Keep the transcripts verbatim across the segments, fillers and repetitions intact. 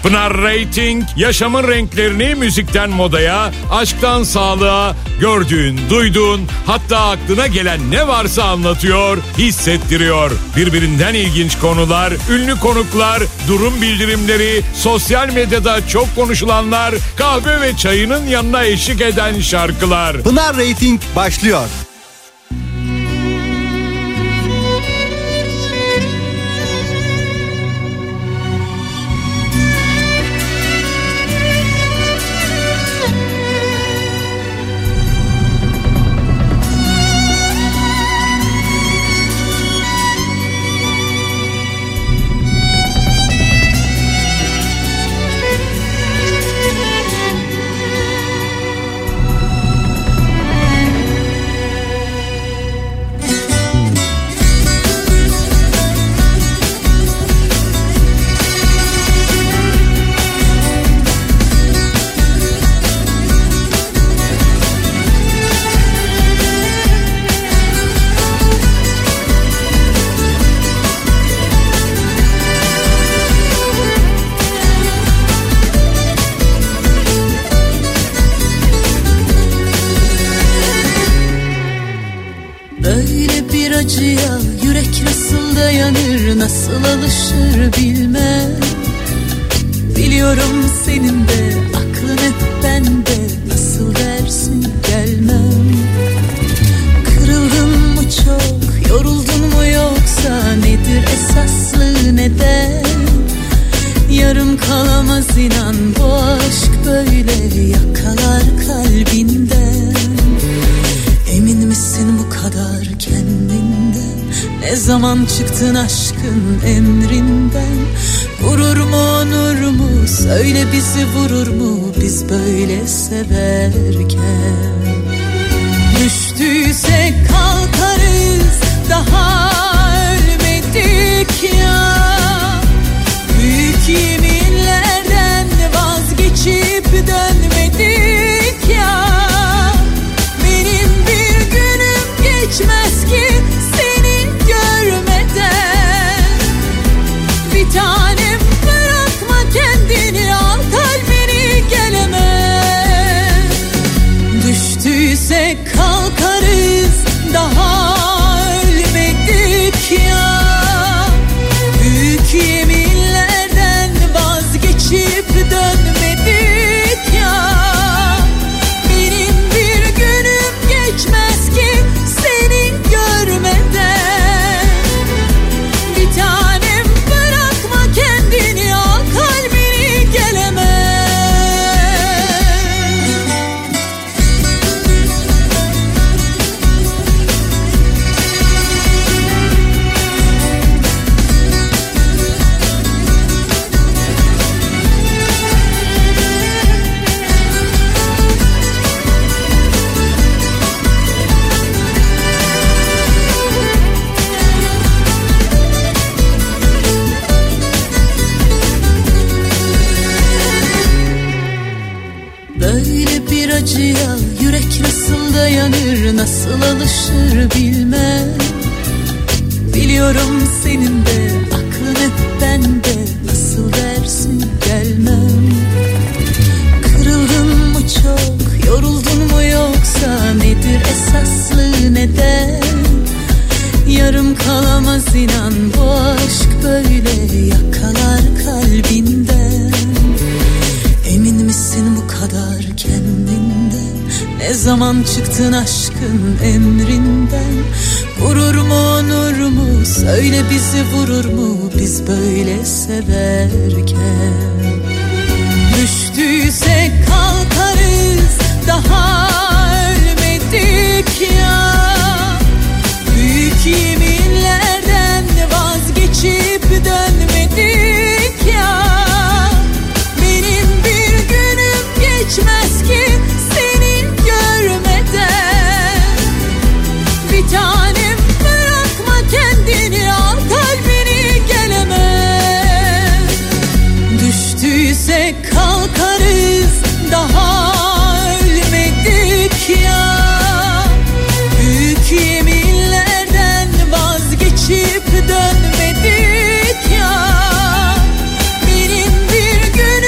Pınar Rating, yaşamın renklerini müzikten modaya, aşktan sağlığa, gördüğün, duyduğun, hatta aklına gelen ne varsa anlatıyor, hissettiriyor. Birbirinden ilginç konular, ünlü konuklar, durum bildirimleri, sosyal medyada çok konuşulanlar, kahve ve çayının yanına eşlik eden şarkılar. Pınar Rating başlıyor. Nasıl alışır bilmem. Biliyorum senin de aklın hep bende. Nasıl dersin gelmem. Kırıldın mı çok, yoruldun mu yoksa nedir esaslı neden? Yarım kalamaz inan bu aşk böyle yakalar kalbinden. Emin misin bu kadar kendinden? Ne zaman çıktın aşkın emrinden? Gurur mu onur mu? Söyle bizi vurur mu biz böyle severken? Düştüysek kalkarız, daha ölmedik ya. Büyük yeminlerden vazgeçip dönmedik ya. Benim bir günüm geçmez ki bir tanem, bırakma kendini, al kalbini geleme. Düştüysek kalkarız, daha ölmedik ya. Büyük yeminlerden vazgeçip dönmedik ya. Benim bir günüm geçmez ki seni görmeden. Bir tanem, kendini al kalbini geleme. Acıya yürek nasıl dayanır, nasıl alışır bilmem. Biliyorum senin de aklın hep bende. Nasıl dersin gelmem. Kırıldın mı çok, yoruldun mu yoksa nedir esaslı neden? Yarım kalamaz inan bu aşk böyle yakalar kalbinden. Emin misin bu kadar kendinden? Ne zaman çıktın aşkın emrinden? Gurur mu onur mu? Söyle bizi vurur mu biz böyle severken? Düştüysek kalkarız, daha ölmedik ya. Büyük yeminlerden vazgeçip dönmedik ya. Benim bir günüm geçmez ki seni görmeden. Bir tanem, bırakma kendini, al kalbini geleme. Düştüysek kalkarız, daha ölmedik ya. Büyük yeminlerden vazgeçip dönmedik ya. Benim bir günüm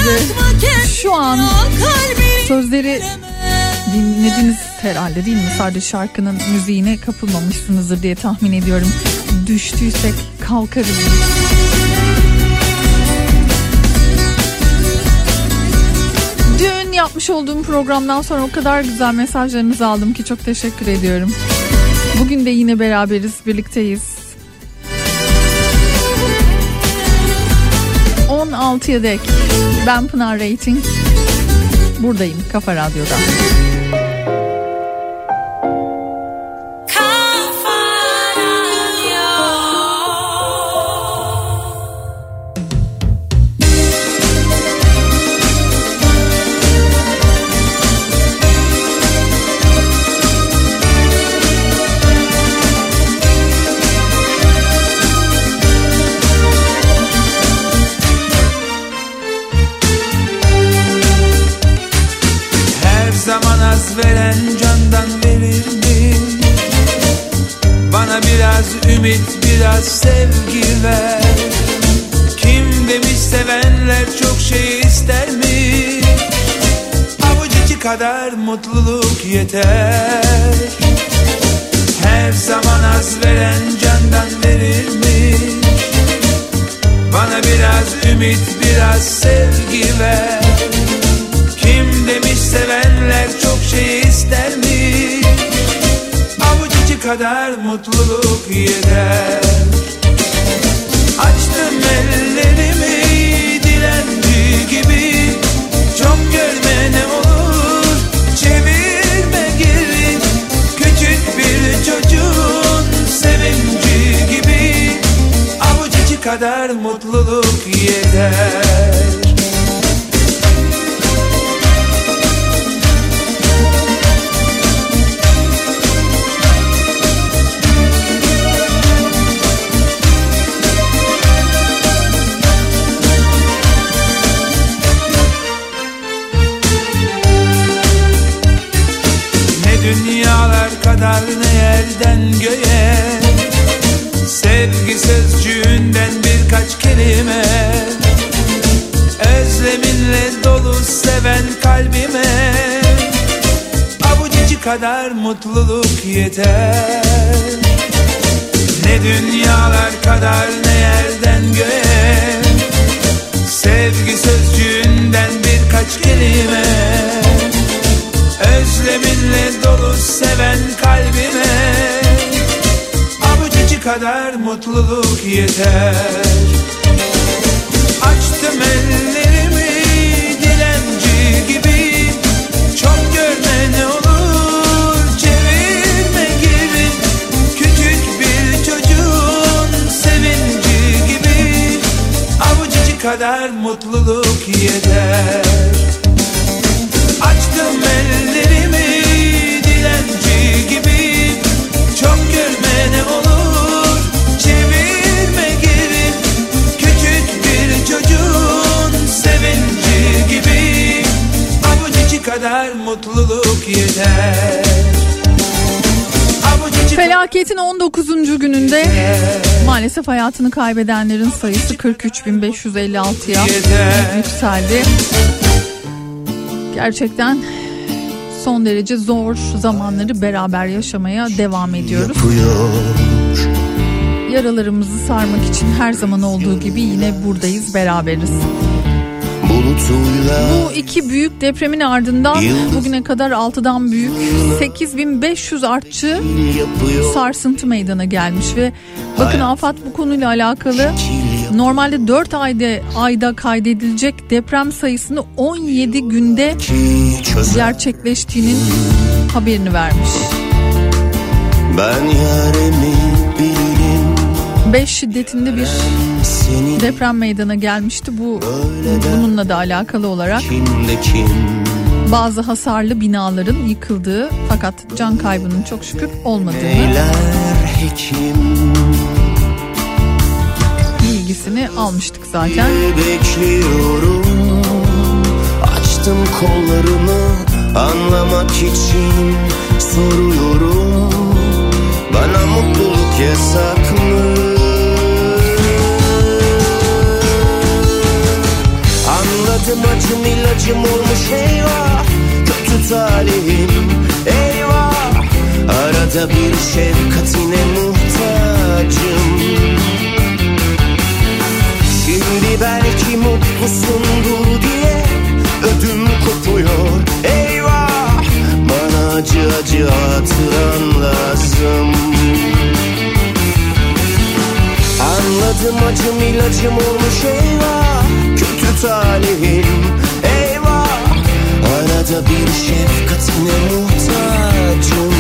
size. Şu an sözleri dinlediniz herhalde değil mi? Sadece şarkının müziğine kapılmamışsınızdır diye tahmin ediyorum. Düştüysek kalkarız. Dün yapmış olduğum programdan sonra o kadar güzel mesajlarınızı aldım ki çok teşekkür ediyorum. Bugün de yine beraberiz, birlikteyiz. on altıya dek ben Pınar Rating. Buradayım Kafa Radyo'da. Veren candan verirdim. Bana biraz ümit, biraz sevgi ver. Kim demiş sevenler çok şey ister mi? Avuç içi kadar mutluluk yeter. Her zaman az veren candan verir mi? Bana biraz ümit, biraz sevgi ver. Kim demiş sevenler çok şey ister mi? Avuç içi kadar mutluluk yeter. Açtım ellerimi dilenci gibi. Çok görme ne olur, çevirme geri. Küçük bir çocuğun sevinci gibi. Avuç içi kadar mutluluk yeter. Dünyalar kadar ne yerden göğe. Sevgi sözcüğünden birkaç kelime. Özleminle dolu seven kalbime. Avuç içi kadar mutluluk yeter. Ne dünyalar kadar ne yerden göğe. Sevgi sözcüğünden birkaç kelime. Özleminle dolu seven kalbime. Avuç içi kadar mutluluk yeter. Açtım ellerimi dilenci gibi. Çok görme ne olur, çevirme geri. Küçük bir çocuğun sevinci gibi. Avuç içi kadar mutluluk yeter. Açtım ellerimi dilenci gibi. Çok görme ne olur, çevirme geri. Küçük bir çocuğun sevinci gibi. Avuç içi kadar mutluluk yeter. Felaketin on dokuzuncu gününde maalesef hayatını kaybedenlerin sayısı kırk üç bin beş yüz elli altıya yükseldi. Gerçekten son derece zor zamanları beraber yaşamaya devam ediyoruz. Yapıyor. Yaralarımızı sarmak için her zaman olduğu gibi yine buradayız, beraberiz. Bu iki büyük depremin ardından bugüne kadar altıdan büyük sekiz bin beş yüz artçı sarsıntı meydana gelmiş ve bakın AFAD bu konuyla alakalı normalde dört ayda ayda kaydedilecek deprem sayısını on yedi günde gerçekleştiğinin haberini vermiş. Ben yarimi bilirim. beş şiddetinde bir deprem meydana gelmişti. Bu bununla da alakalı olarak bazı hasarlı binaların yıkıldığı fakat can kaybının çok şükür olmadığını bilgisini almıştık zaten. Bekliyorum, açtım kollarımı anlamak için soruyorum. Bana mutluluk yasak mı? Anladım Arada bir şefkatine muhtacım. Şimdi belki mutlusundur diye ödüm kopuyor. Eyvah, bana acı acı hatıran lazım. Anladım, acım ilacım olmuş eyvah, kötü talihim eyvah. Arada bir şefkatine muhtacım.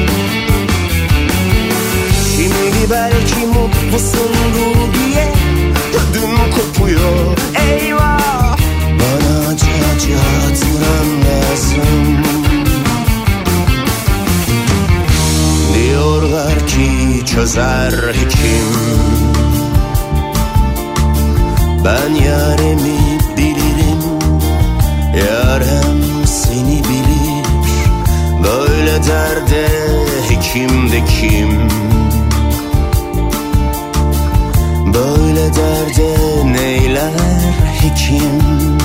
Şimdi belki mutlusundur diye ödüm kopuyor eyvah. Bana acı acı hatıran lazım. Diyorlar ki çözer hekim, ben yaremi bilirim, yarem seni bilir. Böyle derde hekim de kim? Böyle derde neyler hekim?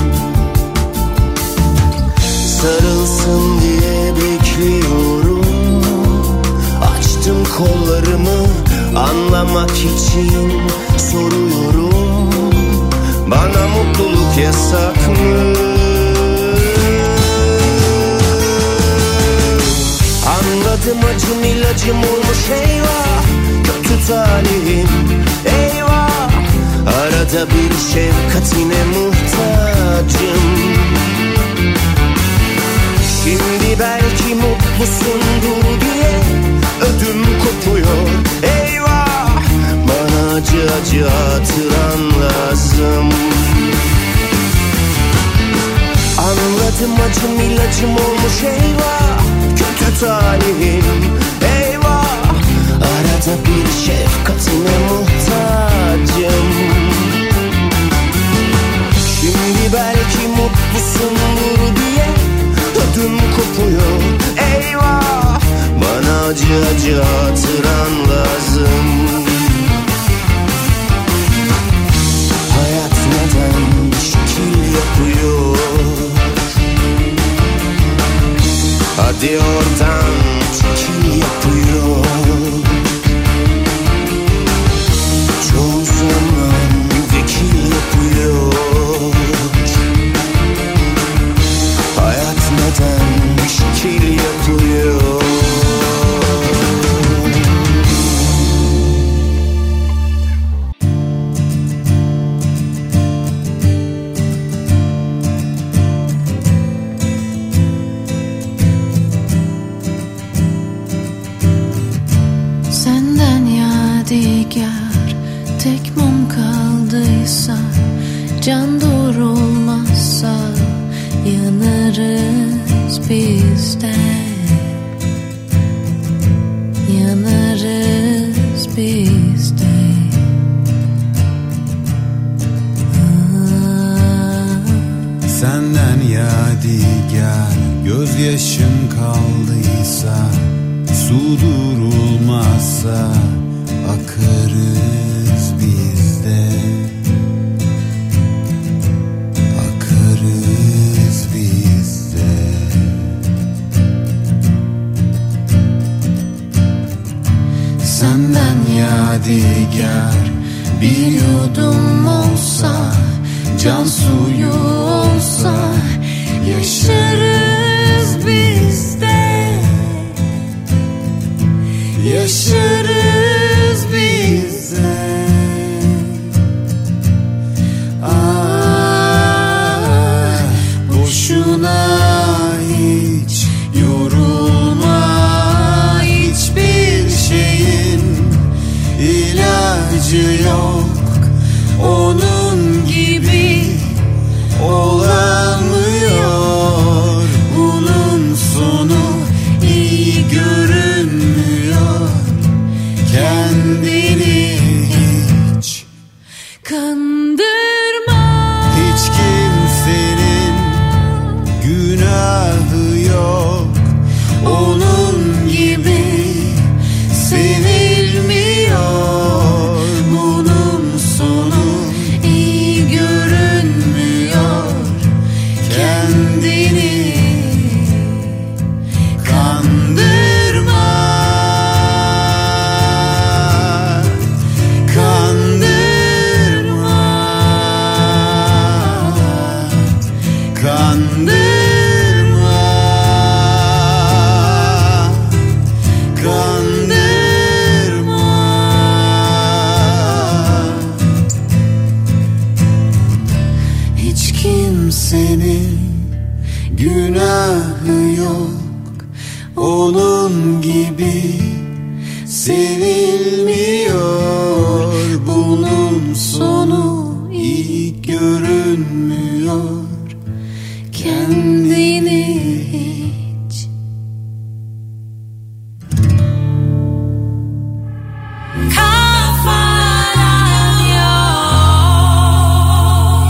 Sarılsın diye bekliyorum, açtım kollarımı anlamak için soruyorum. Bana mutluluk yasak mı? Anladım, acım ilacım olmuş eyvah, kötü talihim eyvah. Arada bir şefkatine muhtacım. Şimdi belki mutlusundur diye ödüm kopuyor eyvah. Bana acı acı hatıran lazım. Anladım, acım ilacım olmuş eyvah, kötü talihim eyvah. Arada bir şefkatine muhtacım. Şimdi belki mutlusundur diye ödüm kopuyor eyvah. Bana acı acı hatıran lazım. Hayat neden şekil yapıyor? Hadi oradan şekil yapıyor. Çoğu zaman vekil yapıyor. Hayat neden şekil yapıyor? Senden yadigar tek mum kaldıysa, can durulmazsa yanarız biz de, yanarız biz de. Senden yadigar gözyaşım kaldıysa, su durulmazsa akarız biz de, akarız biz de. Senden yadigar bir yudum olsa, can suyu olsa yaşarız biz de, yaşarız biz de. Ah, boşuna hiç yorulma, hiçbir şeyin ilacı yok. Onun gibi olamıyor, bunun sonu iyi görünmüyor. sevilmiyor. Bunun sonu iyi görünmüyor. Kendini hiç kafadan yok.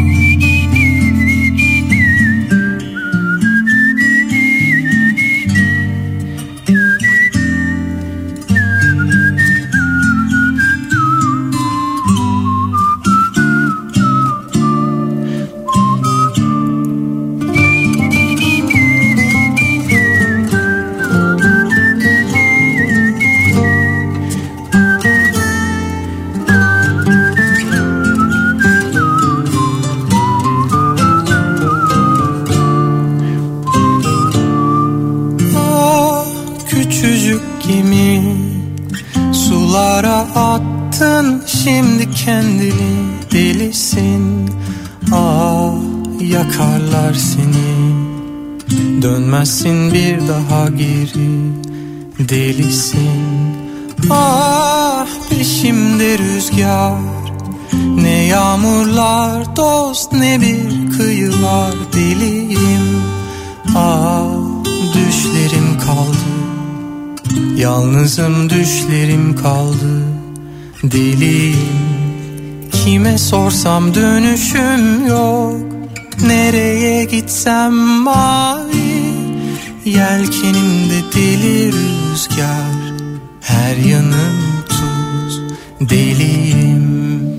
Attın şimdi kendini, delisin. Ah, yakarlar seni. Dönmezsin bir daha geri, delisin. Ah, peşimde rüzgar. Ne yağmurlar dost, ne bir kıyılar, deliyim. Ah, düşlerim kaldı. Yalnızım, düşlerim kaldı. Deliyim. Kime sorsam dönüşüm yok. Nereye gitsem mavi. Yelkenimde deli rüzgar. Her yanım tuz. Deliyim.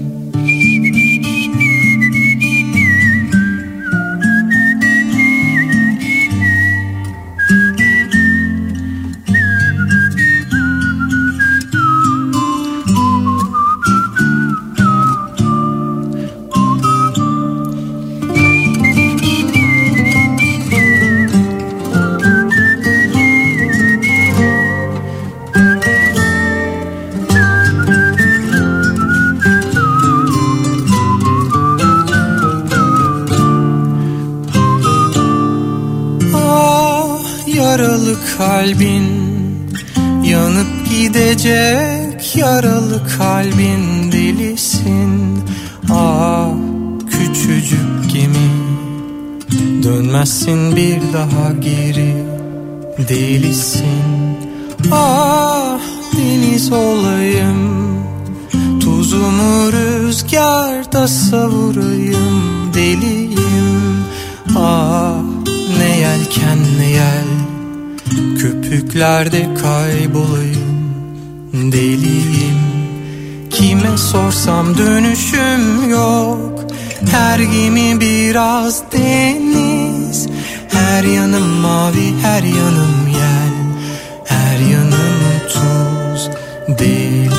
Kalbin yanıp gidecek, yaralı kalbin, delisin. Ah, küçücük gemi, dönmezsin bir daha geri, delisin. Ah, deniz olayım, tuzumu rüzgarda savurayım, deliyim. Ah, ne yelken ne yel, köpüklerde kaybolayım, deliyim. Kime sorsam dönüşüm yok. Her gemi biraz deniz. Her yanım mavi, her yanım yel, her yanım tuz, deliyim.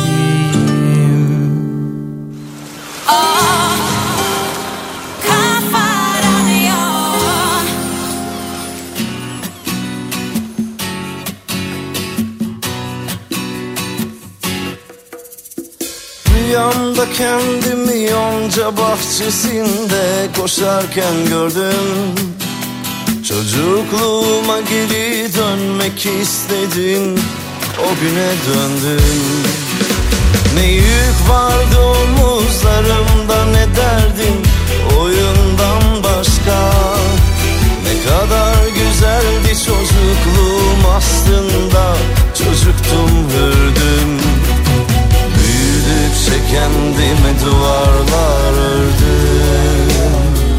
Rüyamda kendimi yonca bahçesinde koşarken gördüm. Çocukluğuma geri dönmek istedim. O güne döndüm. Ne yük vardı omuzlarımda, ne derdim oyundan başka. Ne kadar güzeldi çocukluğum aslında. Çocuktum, hürdüm. Büyüdükçe kendime duvarlar ördüm.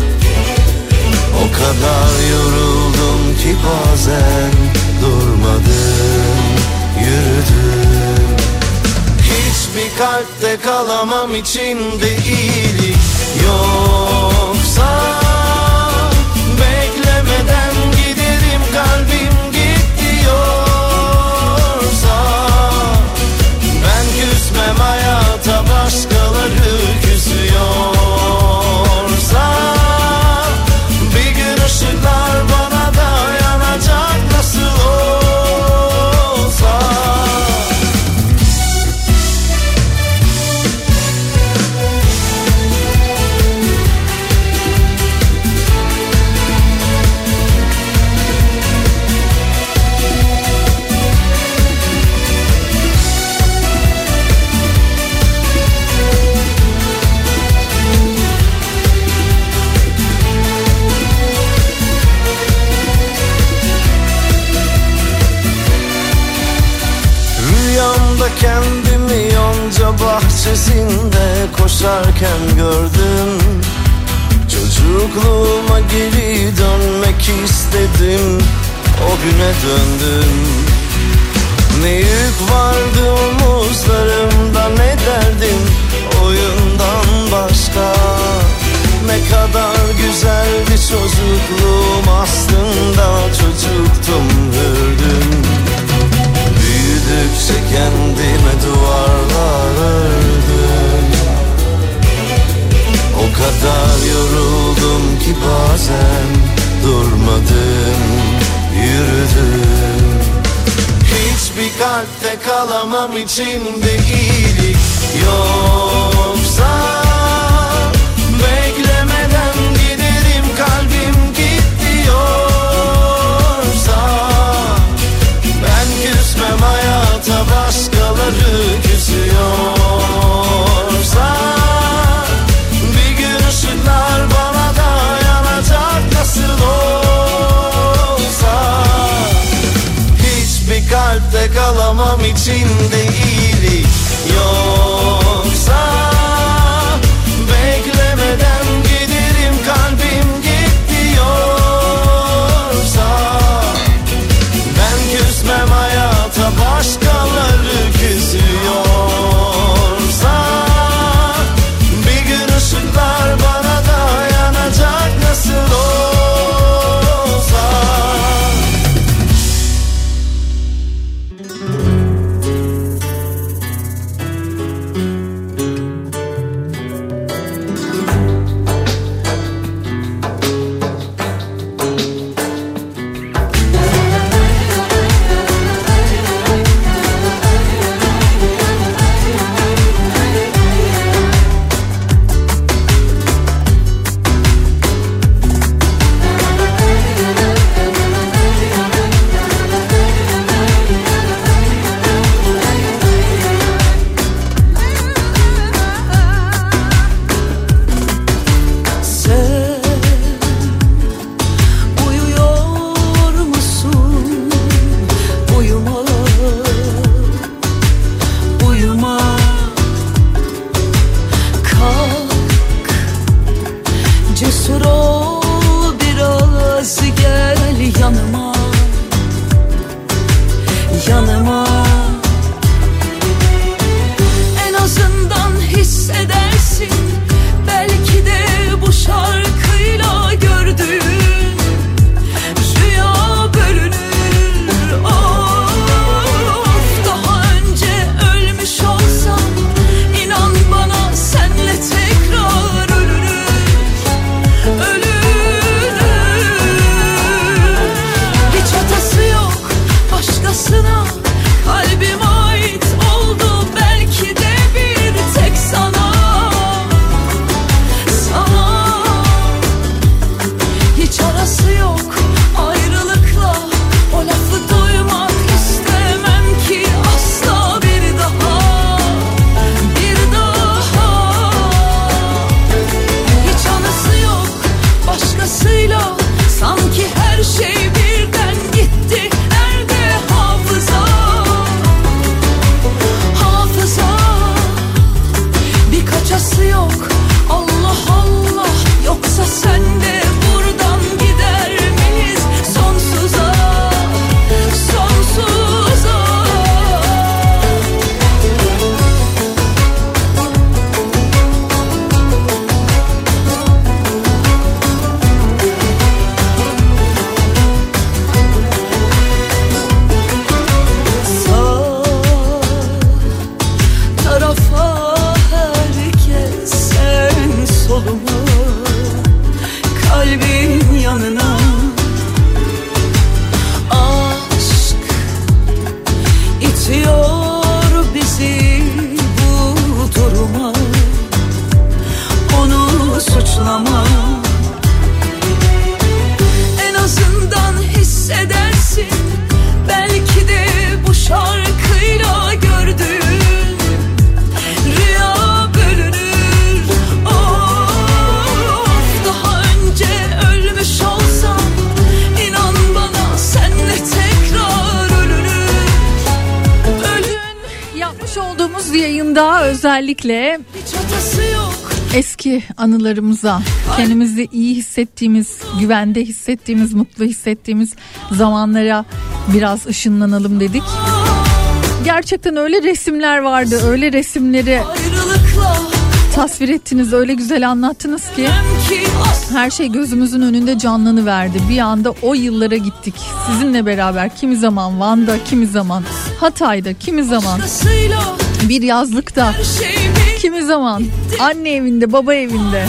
O kadar yoruldum ki bazen durmadım, yürüdüm. Hiçbir kalpte kalamam, içimde iyilik yoksa. Beklemeden giderim, kalbim git diyorsa. Ben küsmem hayata, başkaları küsüyorsa. Bir gün ışıklar bana da yanacak nasıl olsa. kendimi yonca bahçesinde koşarken gördüm. Çocukluğuma geri dönmek istedim, o güne döndüm. Ne yük vardı omuzlarımda, ne derdim oyundan başka. Ne kadar güzeldi çocukluğum, aslında çocuktum, hürdüm. Büyüdükçe kendime duvarlar ördüm. O kadar yoruldum ki bazen durmadım, yürüdüm. Hiçbir kalpte kalamam, içimde iyilik yoksa. Beklemeden giderim, kalbim git diyorsa. Ben küsmem hayata, başkaları küsüyorsa. Bir gün ışıklar bana dayanacak nasıl olsa. Hiçbir kalpte kalamam, içinde iyilik yoksa. Beklemeden giderim, kalbim git diyorsa. Ben küsmem hayata, başkaları küsüyorsa. Bir gün ışıklar bana dayanacak nasıl olsa. Yapmış olduğumuz yayında özellikle eski anılarımıza, kendimizi iyi hissettiğimiz, güvende hissettiğimiz, mutlu hissettiğimiz zamanlara biraz ışınlanalım dedik. Gerçekten öyle resimler vardı, öyle resimleri tasvir ettiniz, öyle güzel anlattınız ki her şey gözümüzün önünde canlanıverdi. Bir anda o yıllara gittik sizinle beraber. Kimi zaman Van'da, kimi zaman Hatay'da, kimi zaman bir yazlıkta, kimi zaman anne evinde, baba evinde,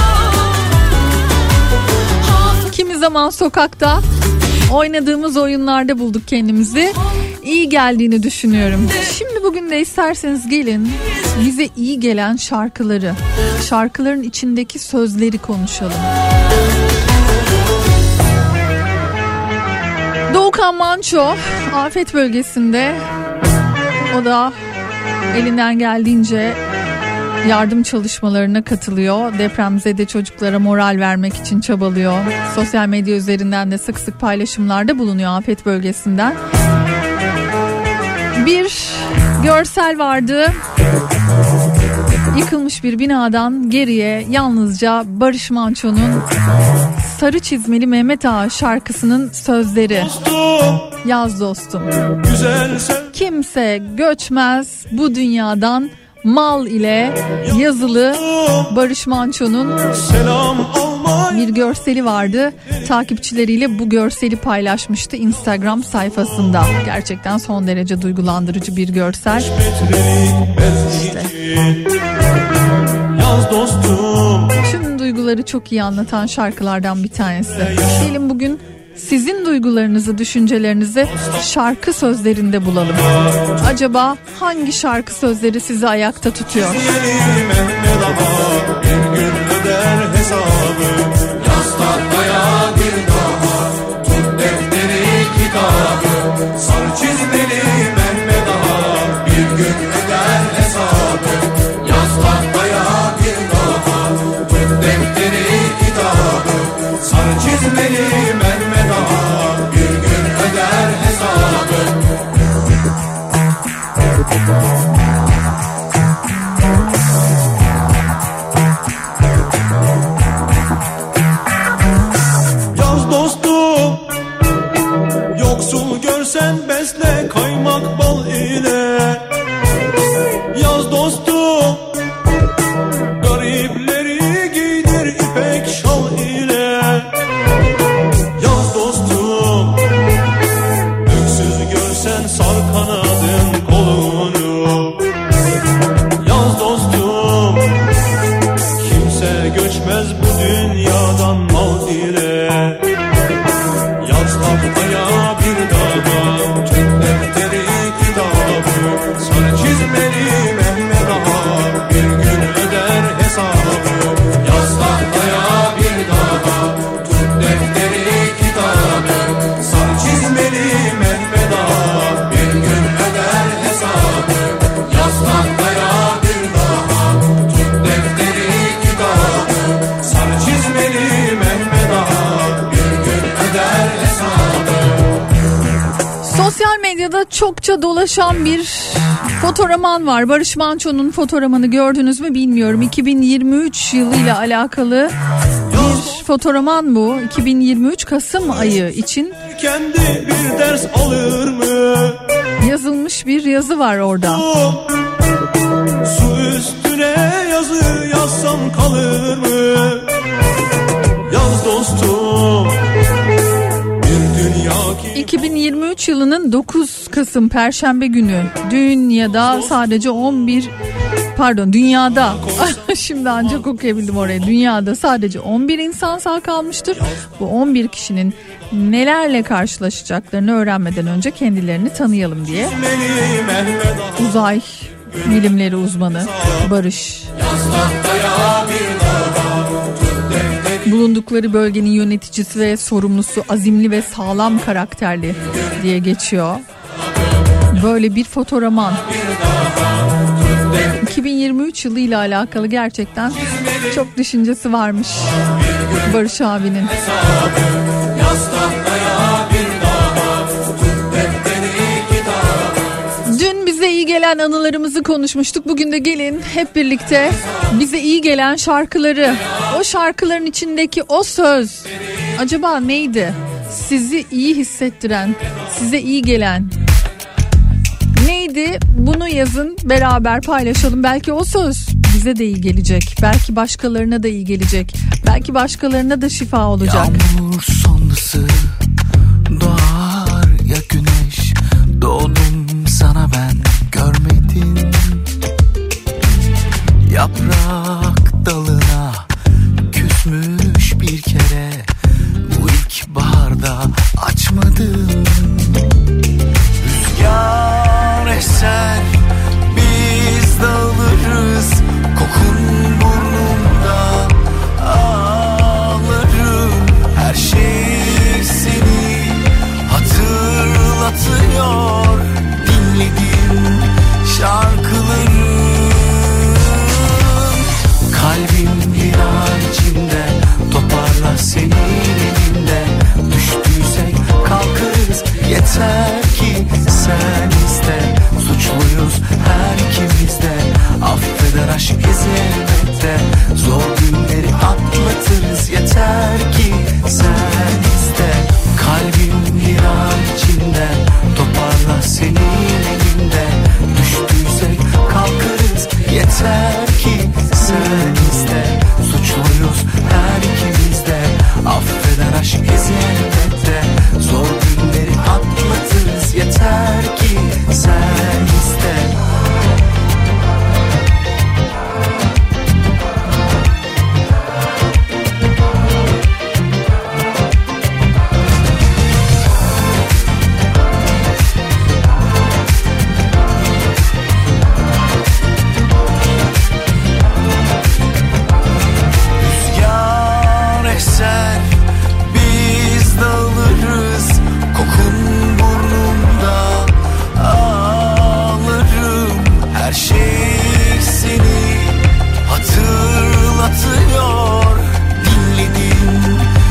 kimi zaman sokakta oynadığımız oyunlarda bulduk kendimizi. İyi geldiğini düşünüyorum. Şimdi bugün de isterseniz gelin bize iyi gelen şarkıları, şarkıların içindeki sözleri konuşalım. Doğukan Manço afet bölgesinde, o da elinden geldiğince yardım çalışmalarına katılıyor. Depremzede çocuklara moral vermek için çabalıyor. Sosyal medya üzerinden de sık sık paylaşımlarda bulunuyor afet bölgesinden. Bir görsel vardı. Yıkılmış bir binadan geriye yalnızca Barış Manço'nun Sarı Çizmeli Mehmet Ağa şarkısının sözleri. Yaz dostum. Kimse göçmez bu dünyadan mal ile yazılı Barış Manço'nun bir görseli vardı. Takipçileriyle bu görseli paylaşmıştı Instagram sayfasında. Gerçekten son derece duygulandırıcı bir görsel. İşte. Tüm duyguları çok iyi anlatan şarkılardan bir tanesi. Gelin bugün sizin duygularınızı, düşüncelerinizi şarkı sözlerinde bulalım. Acaba hangi şarkı sözleri sizi ayakta tutuyor? Yaz dostum, yoksul görsen besle kaymak bal ile. Yaz dostum, garipleri giydir ipek şal ile. Yaz dostum, öksüz görsen sar kanadın kolunu. Yaz dostum, kimse göçmez bu dünyadan mal ile. Yaz tahtaya bir daha tüm defteri kitabı. Sarı çizmeli Mehmet Ağa bir gün öder hesabı. Yaz tahtaya bir daha tüm defteri kitabı. Sarı çizmeli Mehmet Ağa bir gün öder hesabı. Yaz tahtaya bir daha tüm defteri kitabı. Sarı çizmeli Mehmet Ağa bir gün öder hesabı. Sosyal medyada çokça dolaşan bir fotoğraman var. Barış Manço'nun fotoğrafını gördünüz mü bilmiyorum. iki bin yirmi üç yılıyla alakalı bir fotoğraman bu. iki bin yirmi üç Kasım ayı için Kendi bir ders alır mı? yazılmış bir yazı var orada. Su üstüne yazı yazsam kalır mı? Yaz dostum, bir dünya ki... iki bin yirmi üç yılının dokuz Kasım Perşembe günü dünyada sadece on bir pardon dünyada şimdi ancak okuyabildim orayı. Dünyada sadece on bir insan sağ kalmıştır. Bu on bir kişinin nelerle karşılaşacaklarını öğrenmeden önce kendilerini tanıyalım diye. Uzay bilimleri uzmanı Barış, bulundukları bölgenin yöneticisi ve sorumlusu, azimli ve sağlam karakterli diye geçiyor. Böyle bir fotoğraman. iki bin yirmi üç yılı ile alakalı gerçekten çok düşüncesi varmış Barış abinin. Dün bize iyi gelen gelen anılarımızı konuşmuştuk. Bugün de gelin hep birlikte bize iyi gelen şarkıları, o şarkıların içindeki o söz acaba neydi? Sizi iyi hissettiren, size iyi gelen neydi? Bunu yazın, beraber paylaşalım. Belki o söz bize de iyi gelecek. Belki başkalarına da iyi gelecek. Belki başkalarına da şifa olacak. Yağmur sonrası doğar ya güneş. Doğdum sana ben, görmedin. Yaprak dalına küsmüş bir kere. Bu ilk baharda açmadım. Rüzgar eser, biz dağılırız. Kokun burnumda ağlarım. Her şey seni hatırlatıyor. Dinlediğim şarkıların. Kalbim viran içinde, toparla senin elinde. Düştüysek kalkarız, yeter ki sen iste. Suçluyuz her ikimiz de, affeder aşk bizi elbette. Zor günleri atlatırız, yeter ki sen iste. Kalbim viran içinde, toparla senin elinde. Düştüysek kalkarız, yeter ki sen iste. Suçluyuz her ikimiz de, affeder aşk bizi elbette. Zor günleri atlatırız, yeter ki sen iste. Rüzgar eser, biz dağılırız. Kokun burnumda ağlarım. Her şey seni hatırlatıyor. Dinlediğim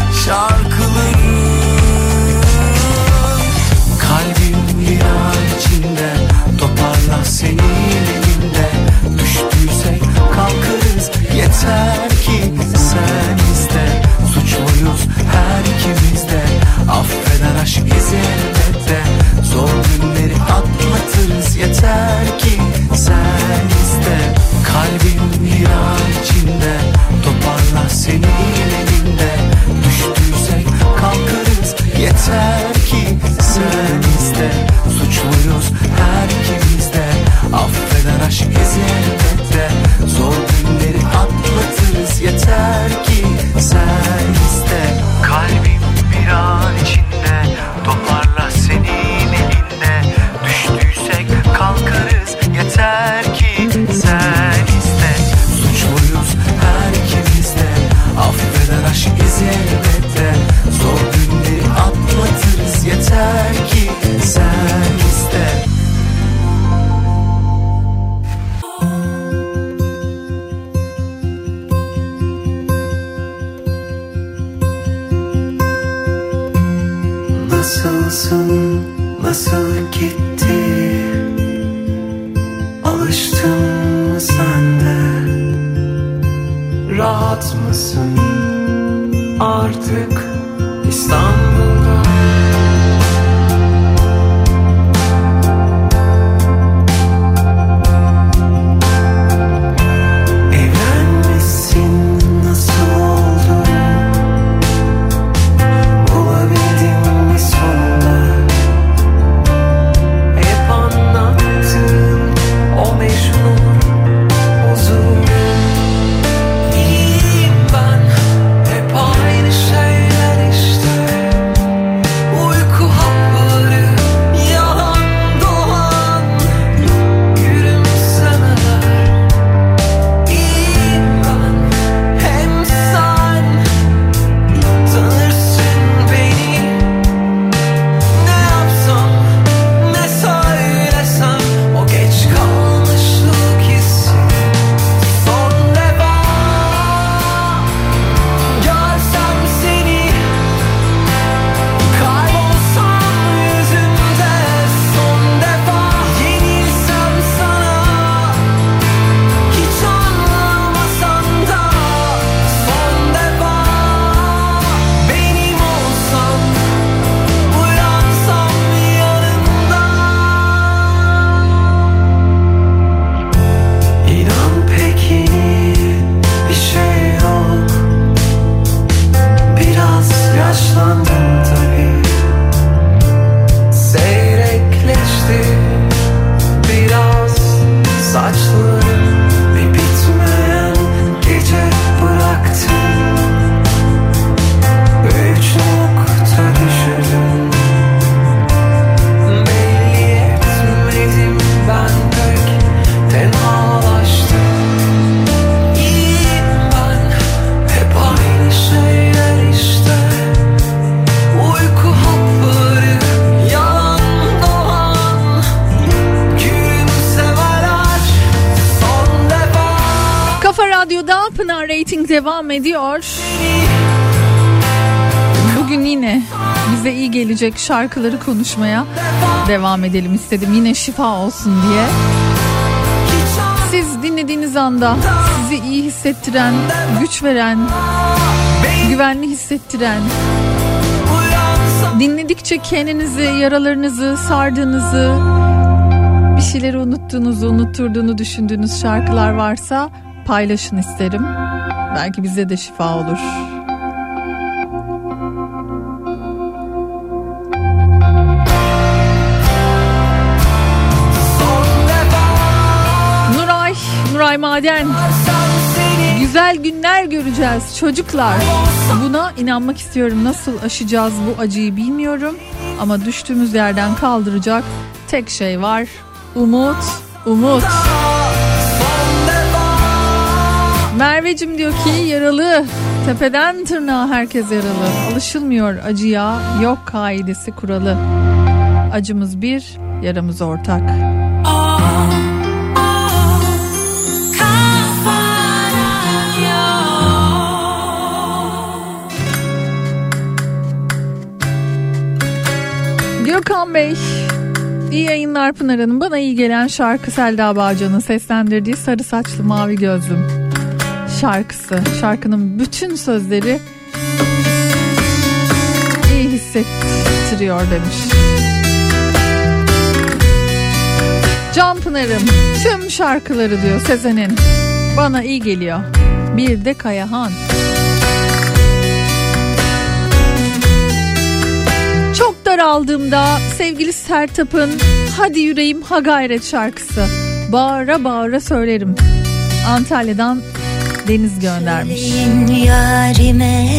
şarkıların. Kalbim viran içinde, toparla senin elinde. Düştüysek kalkarız, yeter ki sen iste. Suçluyuz her ikimiz de, affeder aşk bizi elbette. Zor günleri atlatırız, yeter ki sen iste. Kalbim viran içinde, toparla senin elinde. Düştüysek kalkarız, yeter ki sen iste. Suçluyuz her ikimiz de, affeder aşk bizi elbette. Zor günleri atlatırız, yeter ki sen iste. Kalbim bir an içinde, toparla senin elinde. Düştüysek kalkarız, yeter ki sen iste. Suçluyuz her ikimiz de, affeder aşk bizi elbette. Zor günleri atlatırız, yeter ki sen iste. Nasılsın, nasıl gitti? Alıştın mı sen de? Rahat mısın artık İstanbul'da? Evlenmişsin, nasıl oldu? Bulabildin mi sonunda? Hep anlattığın o meşhur uzun. İyiyim ben, hep aynı şeyler işte. Radyo'da Pınar Rating devam ediyor. Bugün yine bize iyi gelecek şarkıları konuşmaya devam edelim istedim. Yine şifa olsun diye. Siz dinlediğiniz anda sizi iyi hissettiren, güç veren, güvenli hissettiren, dinledikçe kendinizi, yaralarınızı sardığınızı, bir şeyleri unuttuğunuzu, unutturduğunu düşündüğünüz şarkılar varsa paylaşın isterim. Belki bize de şifa olur. Nuray, Nuray Maden. Güzel günler göreceğiz çocuklar. Buna inanmak istiyorum. Nasıl aşacağız bu acıyı bilmiyorum. Ama düştüğümüz yerden kaldıracak tek şey var. Umut, umut. Merveciğim diyor ki yaralı. Tepeden tırnağa herkes yaralı. Alışılmıyor acıya, yok kaidesi kuralı. Acımız bir, yaramız ortak. Gökhan Bey, iyi yayınlar Pınar Hanım. Bana iyi gelen şarkı Selda Bağcan'ın seslendirdiği Sarı Saçlı Mavi Gözlüm şarkısı. Şarkının bütün sözleri iyi hissettiriyor demiş. Can Pınar'ım, tüm şarkıları diyor Sezen'in bana iyi geliyor. Bir de Kayahan. Çok daraldığımda sevgili Sertab'ın Hadi Yüreğim Ha Gayret şarkısı. Bağıra bağıra söylerim. Antalya'dan Deniz göndermiş. Yarime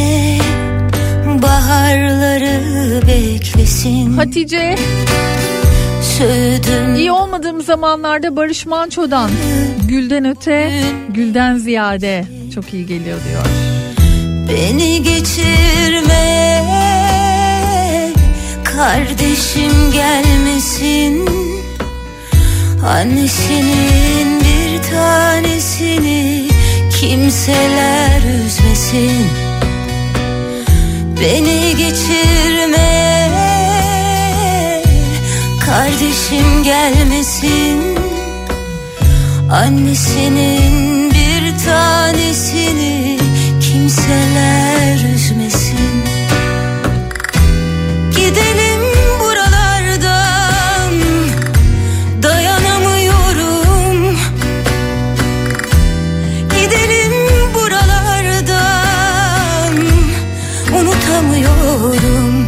baharları beklesin. Hatice, Södüm. iyi olmadığım zamanlarda Barış Manço'dan Gülden Öte, Gülden Ziyade çok iyi geliyor diyor. Beni geçirme, kardeşim gelmesin, annesinin bir tanesini kimseler üzmesin. Beni geçirme, kardeşim gelmesin, annesinin bir tanesini kimseler üzmesin. Gidelim buralardan, dayanamıyorum. Gidelim buralardan, unutamıyorum.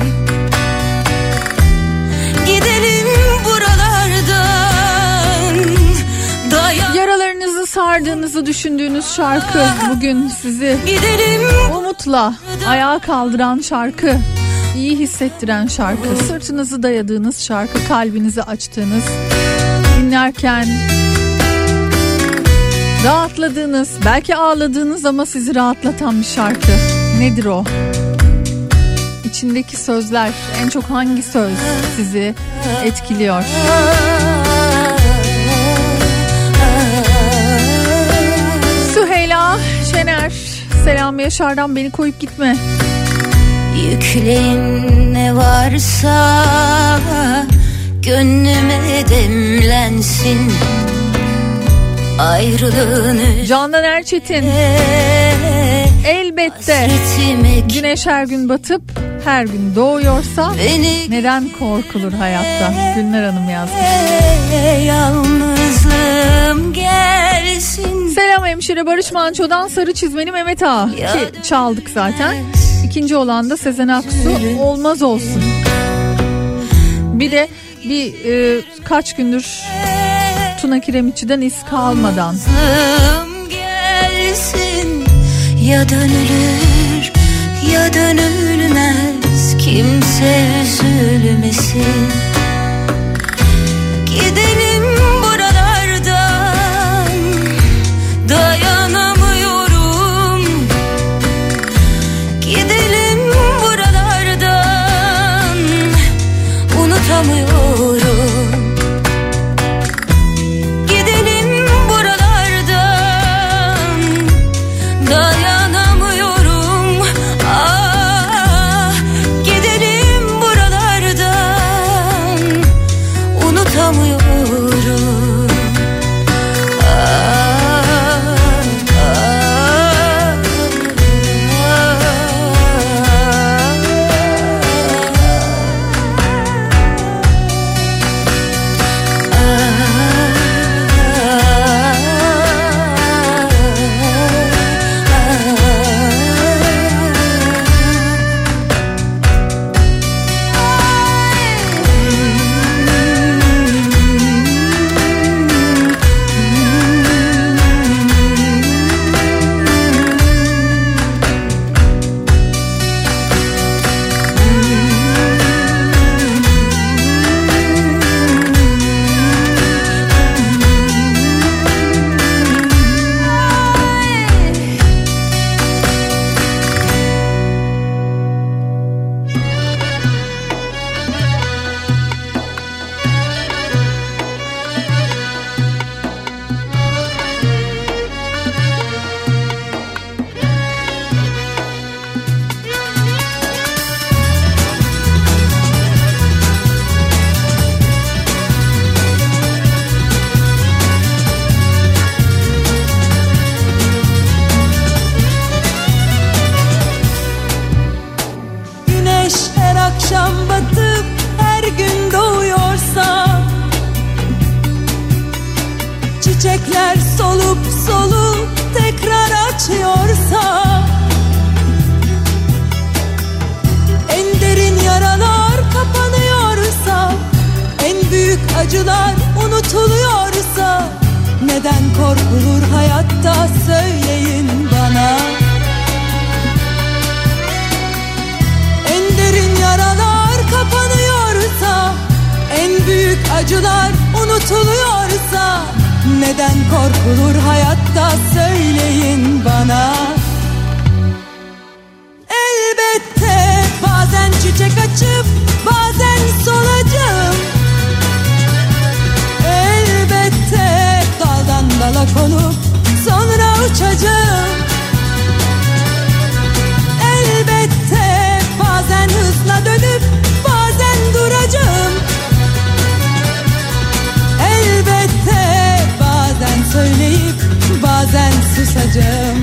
Gidelim buralardan, dayan. Yaralarınızı sardığınızı düşündüğünüz şarkı bugün sizi Gidelim umutla ayağa kaldıran şarkı. İyi hissettiren şarkı, sırtınızı dayadığınız şarkı, kalbinizi açtığınız, dinlerken rahatladığınız, belki ağladığınız ama sizi rahatlatan bir şarkı. Nedir o? İçindeki sözler, en çok hangi söz sizi etkiliyor? Süheyla Şener, selam Yaşar'dan beni koyup gitme. Yükleyin ne varsa gönlüme demlensin. Ayrılığın Candan Erçetin, elbette güneş her gün batıp her gün doğuyorsa neden korkulur hayatta? Gülnar Hanım yazmış. Yalnızlığım gelsin. Selam hemşire, Barış Manço'dan Sarı Çizmeli Mehmet Ağa ki çaldık zaten. İkinci olan da Sezen Aksu Olmaz Olsun. Bir de bir e, kaç gündür Tuna Kiremitçi'den iz kalmadan. Gelsin, ya dönülür ya dönülmez, kimse üzülmesin. Gidelim buralardan, dayanamıyorum. Gidelim buralardan, unutamıyorum. Gidelim buralardan, Çiçekler solup solup tekrar açıyorsa, en derin yaralar kapanıyorsa, en büyük acılar unutuluyorsa, neden korkulur hayatta söyleyin bana. En derin yaralar kapanıyorsa, en büyük acılar unutuluyorsa, neden korkulur hayatta söyleyin bana. Elbette bazen çiçek açıp bazen solacağım. Elbette daldan dala konup sonra uçacağım. Elbette bazen hızla dönüp bazen duracağım. Elbette bazen söyleyip bazen susacağım.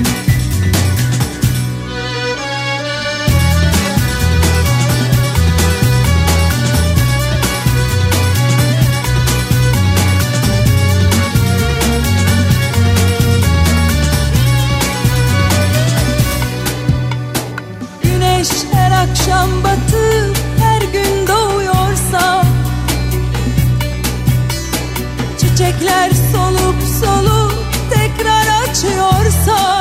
Güneş her akşam batıp her gün doğuyorsa, çiçekler solup solup tekrar açıyorsa,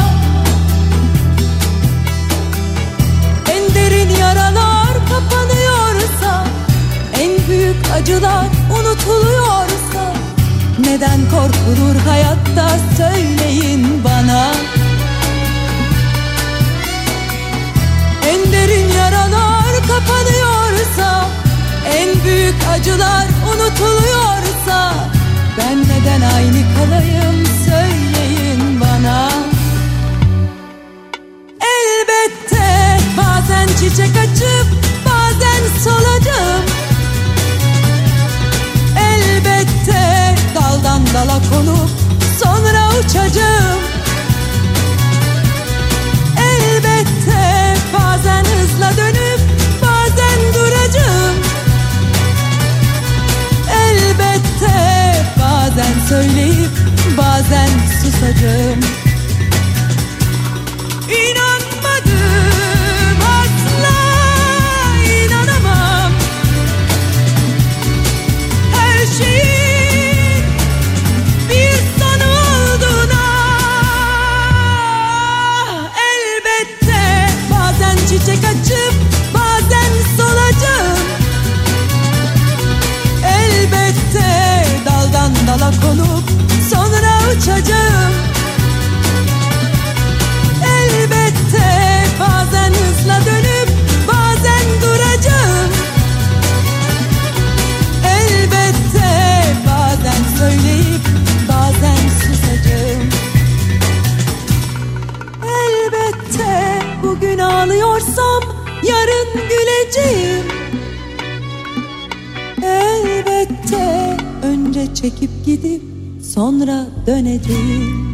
en derin yaralar kapanıyorsa, en büyük acılar unutuluyorsa, neden korkulur hayatta söyleyin bana. En derin yaralar kapanıyorsa, en büyük acılar unutuluyorsa, ben neden aynı kalayım söyleyin bana. Elbette bazen çiçek açıp bazen solacağım. Elbette daldan dala konup sonra uçacağım. Elbette bazen hızla dönüp bazen duracağım. Elbette bazen söyleyip bazen susacağım. İnanmadım, asla inanamam. Her şeyin bir sonu olduğuna. Elbette bazen çiçek açıp bazen solacağım. Elbette daldan dala konup sonra uçacağım. Elbette bazen hızla dönüp bazen duracağım. Elbette bazen söyleyip bazen susacağım. Elbette bugün ağlıyorsam yarın güleceğim. Elbette önce çekip gidip sonra döneceğim.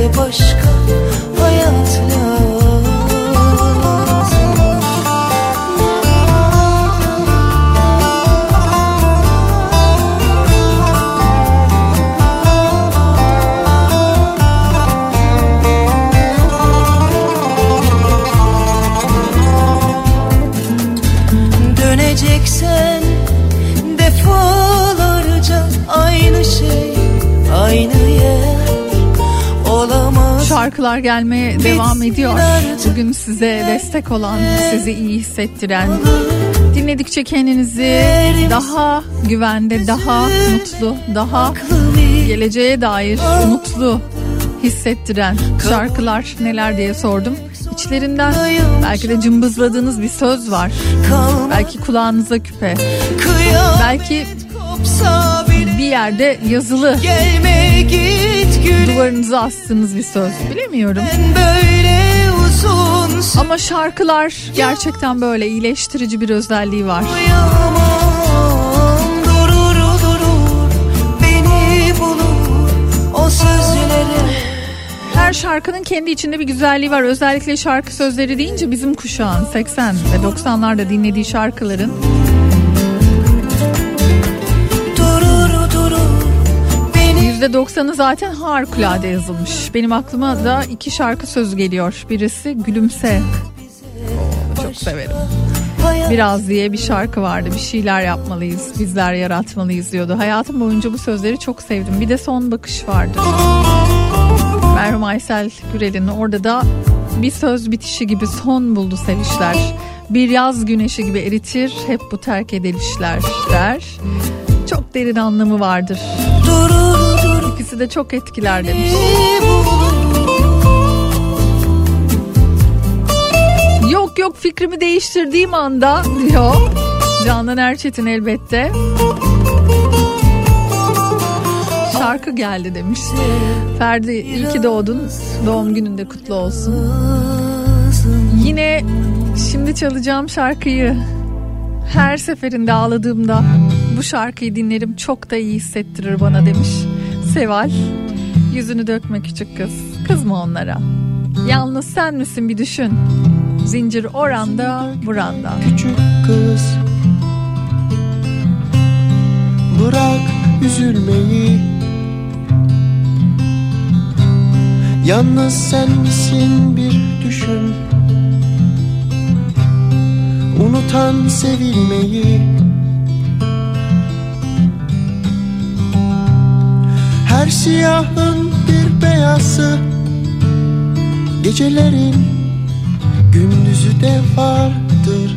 de başka hayat lazım. Döneceksen defalarca aynı şey, aynı yer olamaz. Şarkılar gelmeye devam ediyor. Bugün size destek olan, sizi iyi hissettiren, dinledikçe kendinizi daha güvende, daha mutlu, daha geleceğe dair mutlu hissettiren şarkılar neler diye sordum. İçlerinden belki de cımbızladığınız bir söz var. Belki kulağınıza küpe. Belki bir yerde yazılı duvarınıza astığınız bir söz. Bilemiyorum. Ama şarkılar gerçekten böyle iyileştirici bir özelliği var. Durur durur beni bulur o sözleri. Her şarkının kendi içinde bir güzelliği var. Özellikle şarkı sözleri deyince bizim kuşağın seksen ve doksanlarda dinlediği şarkıların yüzde doksanı zaten harikulade yazılmış. Benim aklıma da iki şarkı sözü geliyor. Birisi Gülümse. Oo, çok severim. Biraz diye bir şarkı vardı. Bir şeyler yapmalıyız, bizler yaratmalıyız diyordu. Hayatım boyunca bu sözleri çok sevdim. Bir de Son Bakış vardı. Merhum Aysel Gürel'in, orada da bir söz bitişi gibi son buldu sevişler. Bir yaz güneşi gibi eritir hep bu terk edilişler der. Çok derin anlamı vardır. İkisi de çok etkiler demiş. Yok yok fikrimi değiştirdiğim anda diyor Canan Erçetin elbette. Şarkı geldi demiş. Ferdi iyi ki doğdun. Doğum günün de kutlu olsun. Yine şimdi çalacağım şarkıyı her seferinde ağladığımda bu şarkıyı dinlerim, çok da iyi hissettirir bana demiş Seval. Yüzünü dökme küçük kız, kızma onlara. Yalnız sen misin bir düşün. Zincir oranda buranda. Küçük kız, bırak üzülmeyi. Yalnız sen misin bir düşün. Unutan sevilmeyi. Her siyahın bir beyazı, gecelerin gündüzü de vardır.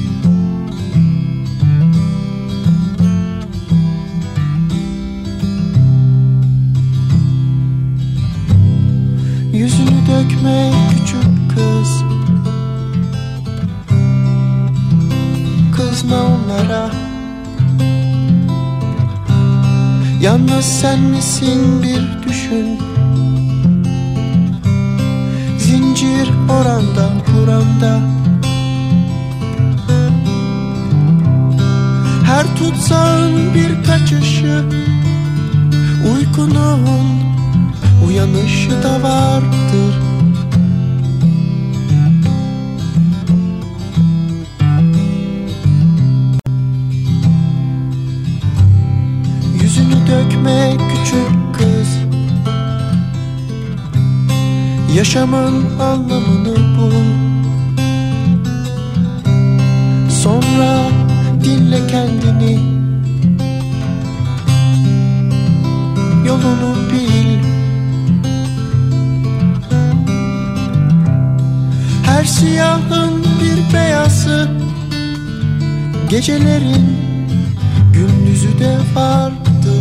Yüzünü dökme küçük kız, kızma onlara. Yalnız sen misin bir düşün. Zincir oranda buranda. Her tutsağın bir kaçışı, uykunun uyanışı da vardır. Yüzünü dökme küçük kız, yaşamın anlamını bul. Sonra dinle kendini, yolunu bil. Her siyahın bir beyazı, gecelerin gündüzü de vardır.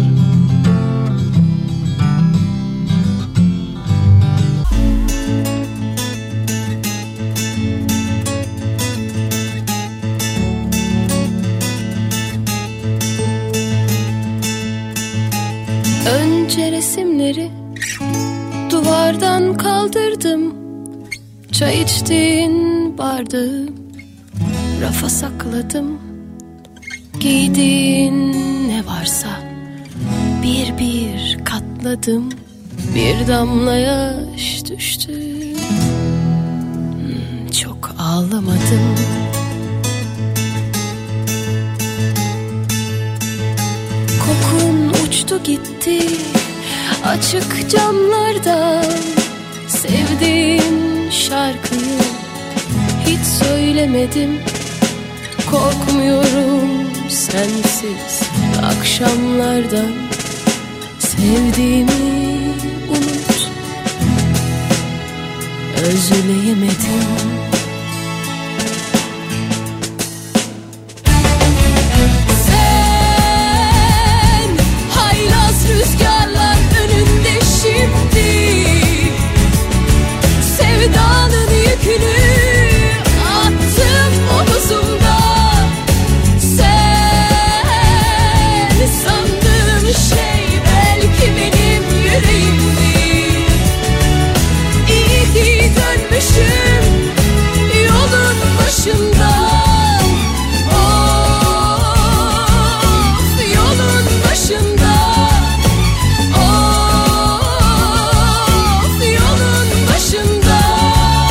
Önce resimleri duvardan kaldırdım. Çay içtiğin bardağı rafa sakladım. Giydiğin ne varsa bir bir katladım. bir damla yaş düştü. Hmm, çok ağlamadım. Kokun uçtu gitti açık camlardan. Sevdiğim şarkıyı hiç söylemedim. Korkmuyorum sensiz akşamlardan. Sevdiğimi unut, özleyemedim. Sen haylaz rüzgarlar önünde şimdi. Sevdanın yükünü attım omuzumda. Sen sandığım şey belki benim yüreğimdi. İyi ki dönmüşüm yolun başından. Of yolun başından. Of yolun başından.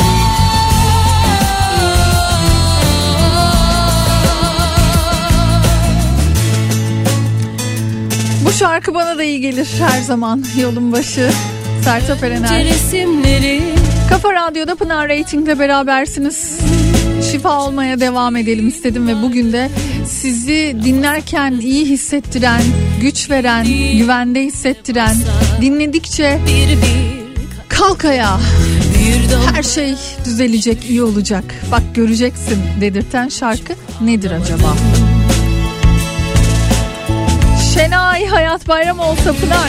Bu şarkı bana da iyi gelir her zaman. Yolun başı. Sertab Erener. Resimleri Kafa Radyo'da Pınar Rating'le berabersiniz. Şifa olmaya devam edelim istedim ve bugün de sizi dinlerken iyi hissettiren, güç veren, güvende hissettiren, dinledikçe bir bir kalk ayağa, bir damla her şey düzelecek, iyi olacak, bak göreceksin dedirten şarkı nedir acaba? Şenay Hayat Bayram olsa Pınar.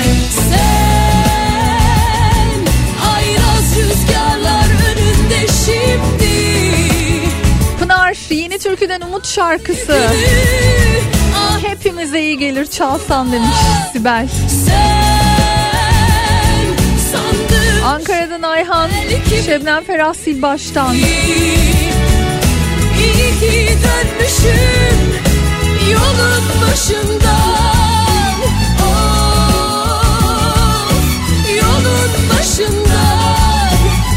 Sen haylaz rüzgarlar önünde şimdi. Pınar yeni türküden Umut şarkısı. Ah, Hepimize iyi gelir çalsan demiş Sibel. sen sandın Ankara'dan Ayhan, Şebnem Ferah Silbaş'tan. İyi ki dönmüşüm yolun başından. Of yolun başından.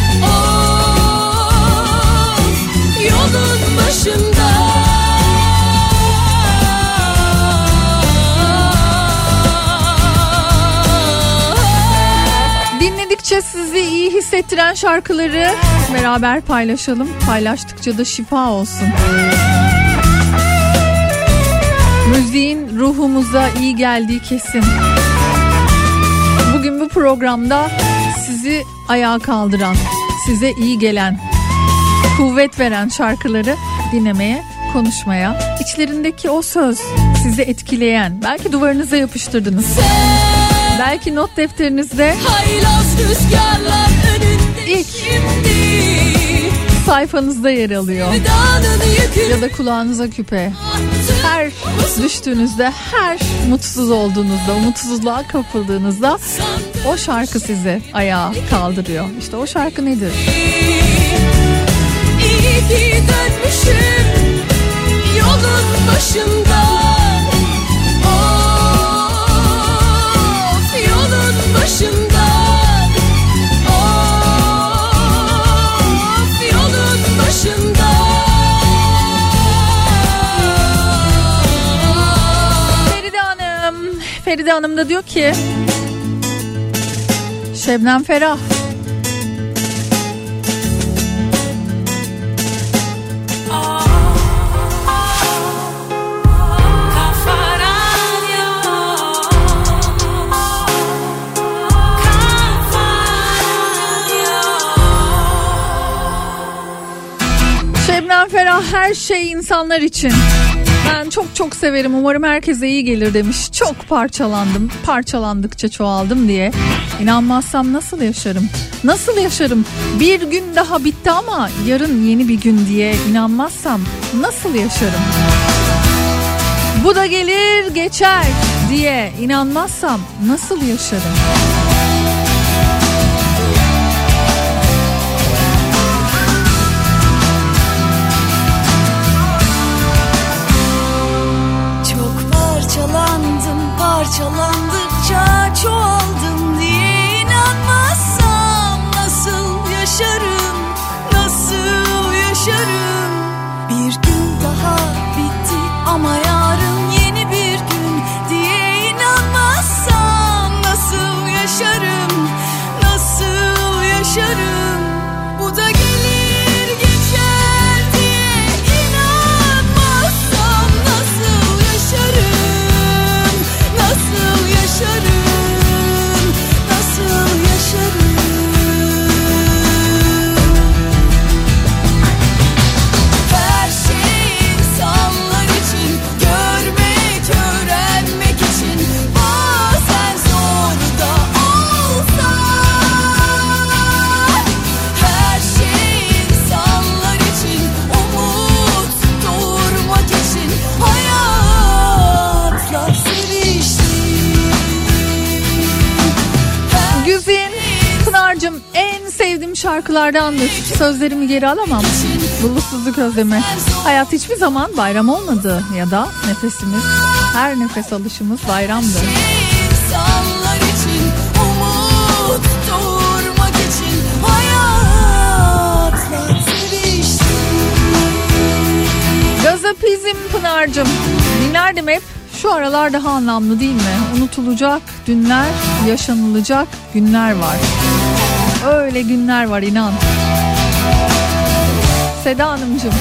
Of yolun başından. Dinledikçe sizi iyi hissettiren şarkıları beraber paylaşalım. Paylaştıkça da şifa olsun. Müziğin ruhumuza iyi geldiği kesin. Bugün bu programda sizi ayağa kaldıran, size iyi gelen, kuvvet veren şarkıları dinlemeye, konuşmaya, içlerindeki o söz sizi etkileyen, belki duvarınıza yapıştırdınız. Belki not defterinizde Haylaz rüzgarlar önünde İlk. şimdi. sayfanızda yer alıyor. Sevdanın yükünü Ya da kulağınıza küpe. Her düştüğünüzde, her mutsuz olduğunuzda, umutsuzluğa kapıldığınızda o şarkı sizi ayağa kaldırıyor. İşte o şarkı nedir? İyi ki dönmüşüm yolun başından. Of yolun başından. Of yolun başından. Feride Hanım, Feride Hanım da diyor ki Şebnem Ferah. Şebnem Ferah her şey insanlar için. Ben çok çok severim. Umarım herkese iyi gelir demiş. Çok parçalandım. Parçalandıkça çoğaldım diye. İnanmazsam nasıl yaşarım? Nasıl yaşarım? Bir gün daha bitti ama yarın yeni bir gün diye inanmazsam nasıl yaşarım? Bu da gelir geçer diye inanmazsam nasıl yaşarım? Parçalandım, parçalandıkça çoğaldım diye inanma. en sevdiğim şarkılardandır. Sözlerimi geri alamam. Bulutsuzluk özlemi. Hayat hiçbir zaman bayram olmadı ya da nefesimiz, her nefes alışımız bayramdı. İnsanlar için umut doğurmak için hayatlar sevişti. Gazapizm Pınar'cığım, dinlerdim hep. Şu aralar daha anlamlı değil mi? Unutulacak dünler, yaşanılacak günler var. Öyle günler var, inan. Seda Hanımcığım.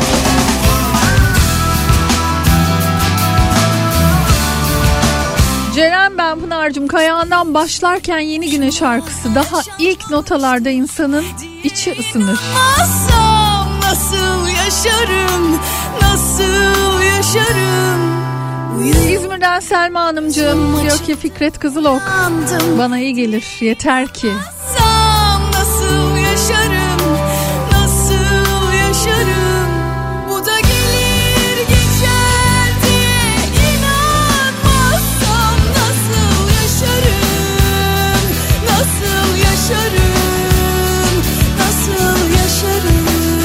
Ceren ben Pınar'cığım, Kayağından başlarken Yeni Güne şarkısı daha ilk notalarda insanın içi ısınır. Nasıl, nasıl yaşarım, nasıl yaşarım. İzmir'den Selma Hanımcığım diyor ki Fikret Kızılok, bana iyi gelir yeter ki. Nasıl yaşarım, nasıl yaşarım. Bu da gelir geçer diye inanmazsam nasıl yaşarım, nasıl yaşarım, nasıl yaşarım.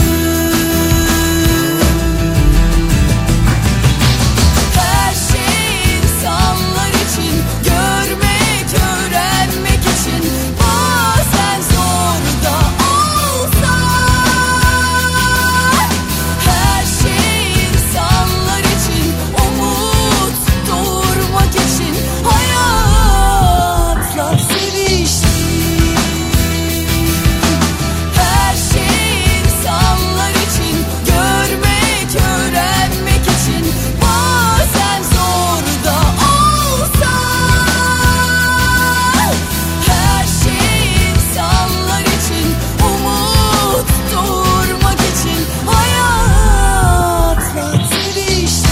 Her şey insanlar için, görmek, öğrenmek için bazen zor da olsa. Her şey insanlar için, umut doğurmak için hayatlar sevişti. Her şey insanlar için, görmek, öğrenmek için bazen zor da olsa. Her şey insanlar için, umut doğurmak için hayatlar sevişti.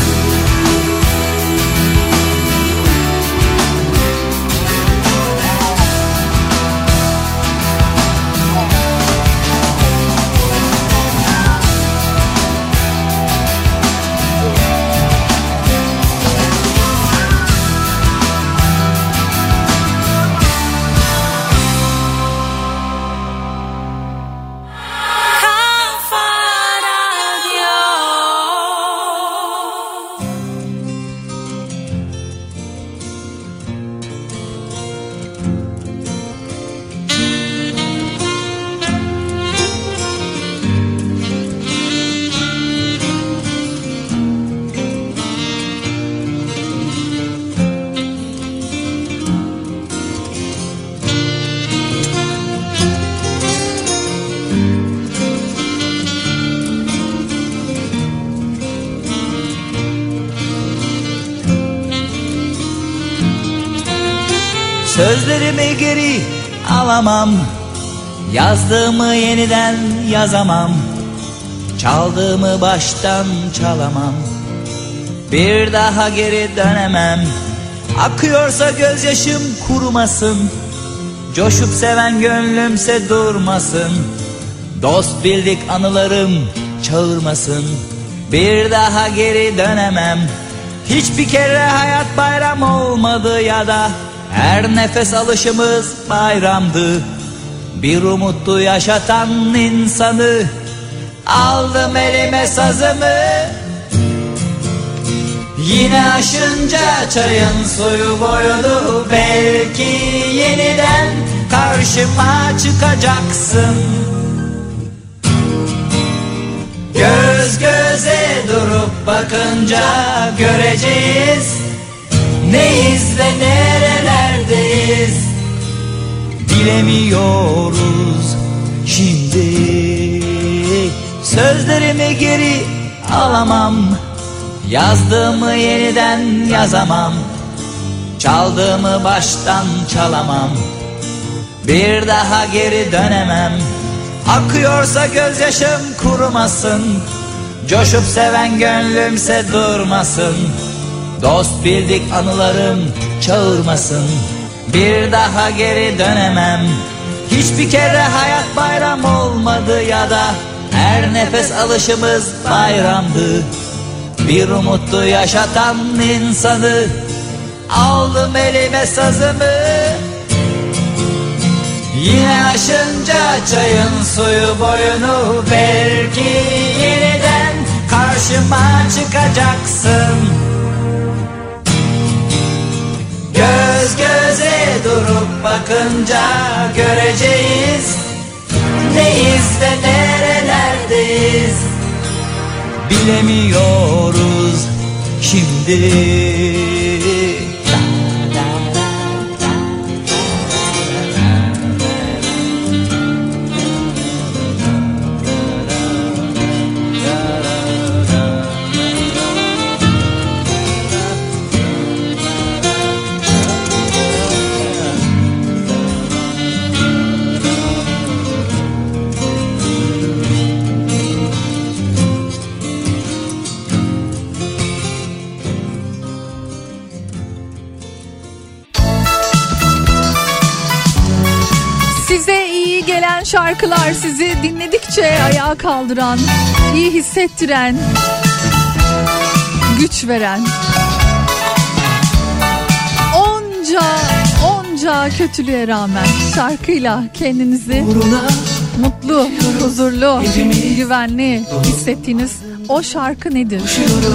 Sözlerimi geri alamam, yazdığımı yeniden yazamam, çaldığımı baştan çalamam, bir daha geri dönemem. Akıyorsa gözyaşım kurumasın, coşup seven gönlümse durmasın, dost bildik anılarım çağırmasın, bir daha geri dönemem. Hiçbir kere hayat bayram olmadı ya da her nefes alışımız bayramdı. Bir umutlu yaşatan insanı, aldım elime sazımı. Yine aşınca çayın suyu boyunu, belki yeniden karşıma çıkacaksın. Göz göze durup bakınca göreceğiz neyiz ve nerelerdeyiz. Bilemiyoruz şimdi. Sözlerimi geri alamam, yazdığımı yeniden yazamam, çaldığımı baştan çalamam, bir daha geri dönemem. Akıyorsa gözyaşım kurumasın, coşup seven gönlümse durmasın, dost bildik anılarım çağırmasın, bir daha geri dönemem. Hiçbir kere hayat bayram olmadı ya da her nefes alışımız bayramdı. Bir umutlu yaşatan insanı, aldım elime sazımı. Yine aşınca çayın suyu boyunu, belki yeniden karşıma çıkacaksın. Göz göze durup bakınca göreceğiz neyiz ve nerelerdeyiz. Bilemiyoruz şimdi. Şarkılar sizi dinledikçe ayağa kaldıran, iyi hissettiren, güç veren. Onca, onca kötülüğe rağmen şarkıyla kendinizi mutlu, huzurlu, güvenli hissettiğiniz o şarkı nedir?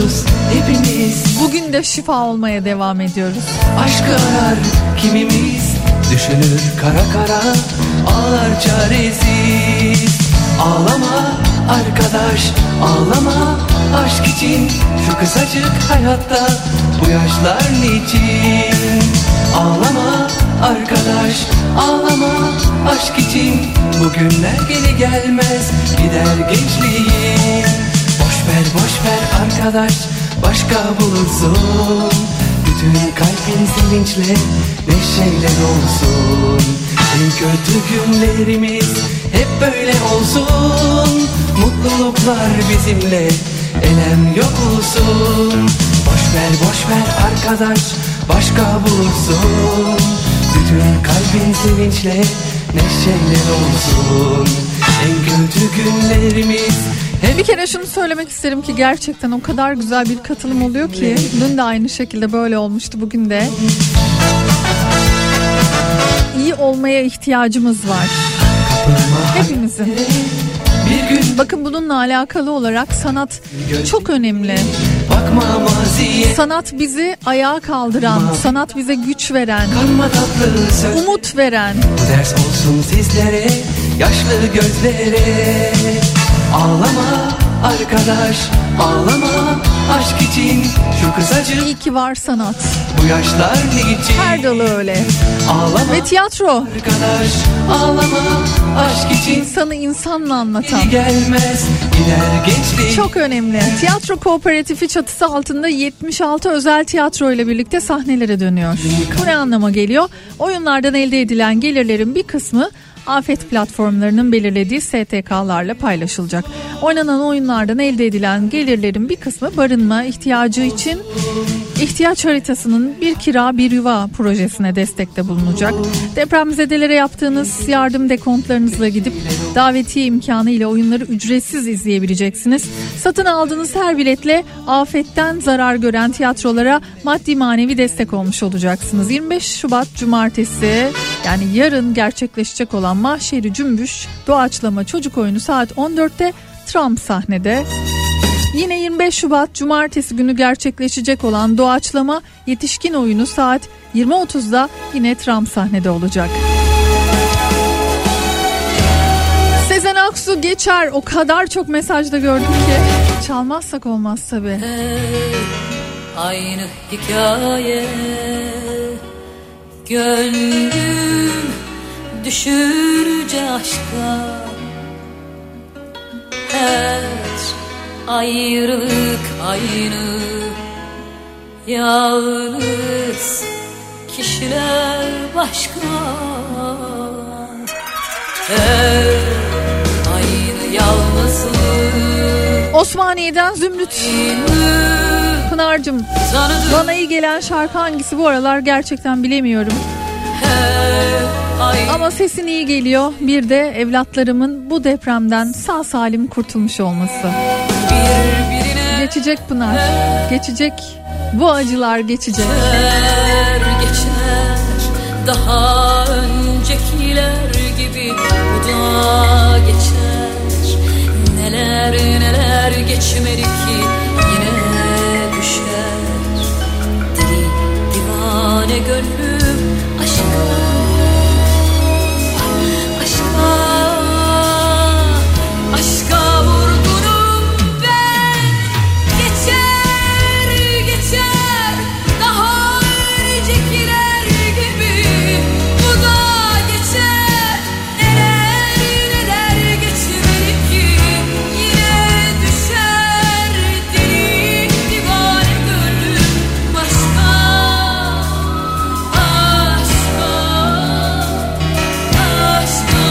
Bugün de şifa olmaya devam ediyoruz. Aşkı arar kimimiz, düşünür kara kara, ağlar çaresiz. Ağlama arkadaş, ağlama aşk için, şu kısacık hayatta bu yaşlar niçin? Ağlama arkadaş, ağlama aşk için, bu günler geri gelmez, gider gençliğin. Boş ver boş ver arkadaş, başka bulursun. Bütün kalbin sevinçle, neşeyle dolsun. En kötü günlerimiz hep böyle olsun. Mutluluklar bizimle, elem yok olsun. Boş ver boş ver arkadaş, başka bulursun. Bütün kalbin sevinçle, neşeyle dolsun. En kötü günlerimiz hep... Bir kere şunu söylemek isterim ki gerçekten o kadar güzel bir katılım oluyor ki. Dün de aynı şekilde böyle olmuştu, bugün de. İyi olmaya ihtiyacımız var. Hepimizin. Bakın bununla alakalı olarak sanat çok önemli. Sanat bizi ayağa kaldıran, sanat bize güç veren, umut veren. Bu ders olsun sizlere, yaşlı gözlere. Ağlama arkadaş, ağlama aşk için, şu kısacık. İyi ki var sanat. Bu yaşlar niçin? Her dalı öyle. Ağlama ve tiyatro. Arkadaş, ağlama aşk için. İnsanı insanla anlatan. Gelmez, gider gençlik. Çok önemli. Tiyatro Kooperatifi çatısı altında yetmiş altı özel tiyatro ile birlikte sahnelere dönüyor. Bu ne anlama geliyor? Oyunlardan elde edilen gelirlerin bir kısmı afet platformlarının belirlediği S T K'larla paylaşılacak. Oynanan oyunlardan elde edilen gelirlerin bir kısmı barınma ihtiyacı için ihtiyaç haritasının bir kira bir yuva projesine destekte bulunacak. Depremzedelere yaptığınız yardım dekontlarınızla gidip davetiye imkanı ile oyunları ücretsiz izleyebileceksiniz. Satın aldığınız her biletle afetten zarar gören tiyatrolara maddi manevi destek olmuş olacaksınız. yirmi beş Şubat Cumartesi, yani yarın gerçekleşecek olan Mahşeri Cümbüş Doğaçlama Çocuk Oyunu saat on dörtte Tram sahnede. Yine yirmi beş Şubat Cumartesi günü gerçekleşecek olan Doğaçlama Yetişkin Oyunu saat yirmi otuzda yine Tram sahnede olacak. Sezen Aksu geçer, o kadar çok mesajda gördüm ki çalmazsak olmaz tabii. Aynı hikaye, gönlüm düşürüce aşka. Her ayrılık aynı, yalnız kişiler başka. Her aynı yalnızlık. Osmaniye'den Zümrüt. Pınar'cığım, bana iyi gelen şarkı hangisi bu aralar gerçekten bilemiyorum. Ama sesin iyi geliyor. Bir de evlatlarımın bu depremden sağ salim kurtulmuş olması. Geçecek Pınar, geçecek. Bu acılar geçecek. Geçer, geçer, daha öncekiler gibi. gibi bu da geçer. Neler neler geçmeli ki yine düşer. Deli divane gönlüm aşka, aşka, aşka vurgunum ben. Geçer geçer daha öncekiler gibi bu da geçer. Neler neler geçmeli ki yine düşer. Deli divane gönlüm aşka, aşka, aşka.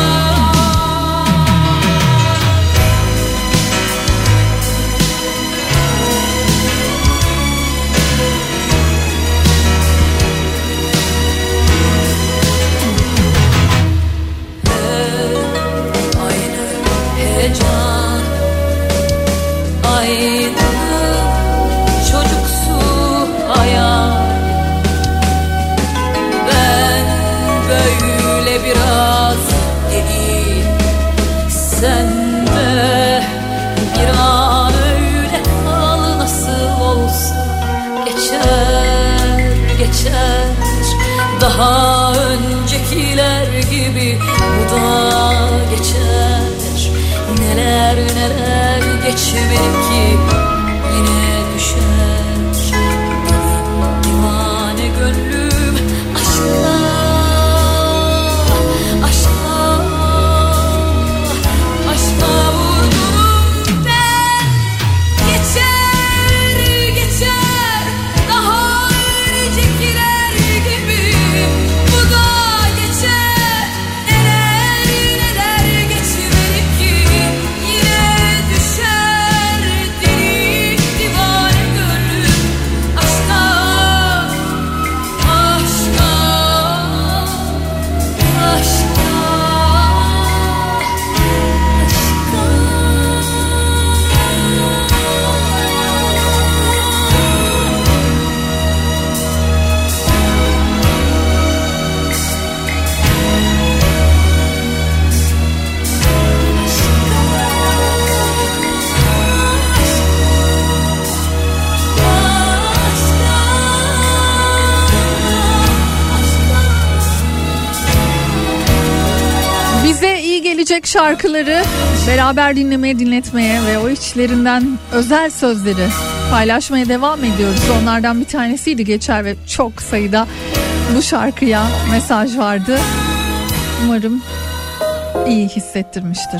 Aynı heyecan, aynı çocuksu hayal. Ben böyle biraz deli, sen de bir an öyle kal. Nasıl olsa geçer geçer daha öncekiler gibi bu da geçer. Neler neler geçmeli ki yine düşer. Deli divane gönlüm aşka, aşka, aşka vurdum ben. Geçer geçer daha öncekiler gibi bu da geçer. Neler neler geçmeli ki yine düşer. Deli divane gönlüm aşka, aşka, aşka, Bize iyi gelecek şarkıları beraber dinlemeye, dinletmeye ve o içlerinden özel sözleri paylaşmaya devam ediyoruz. Onlardan bir tanesiydi Geçer ve çok sayıda bu şarkıya mesaj vardı. Umarım iyi hissettirmiştir.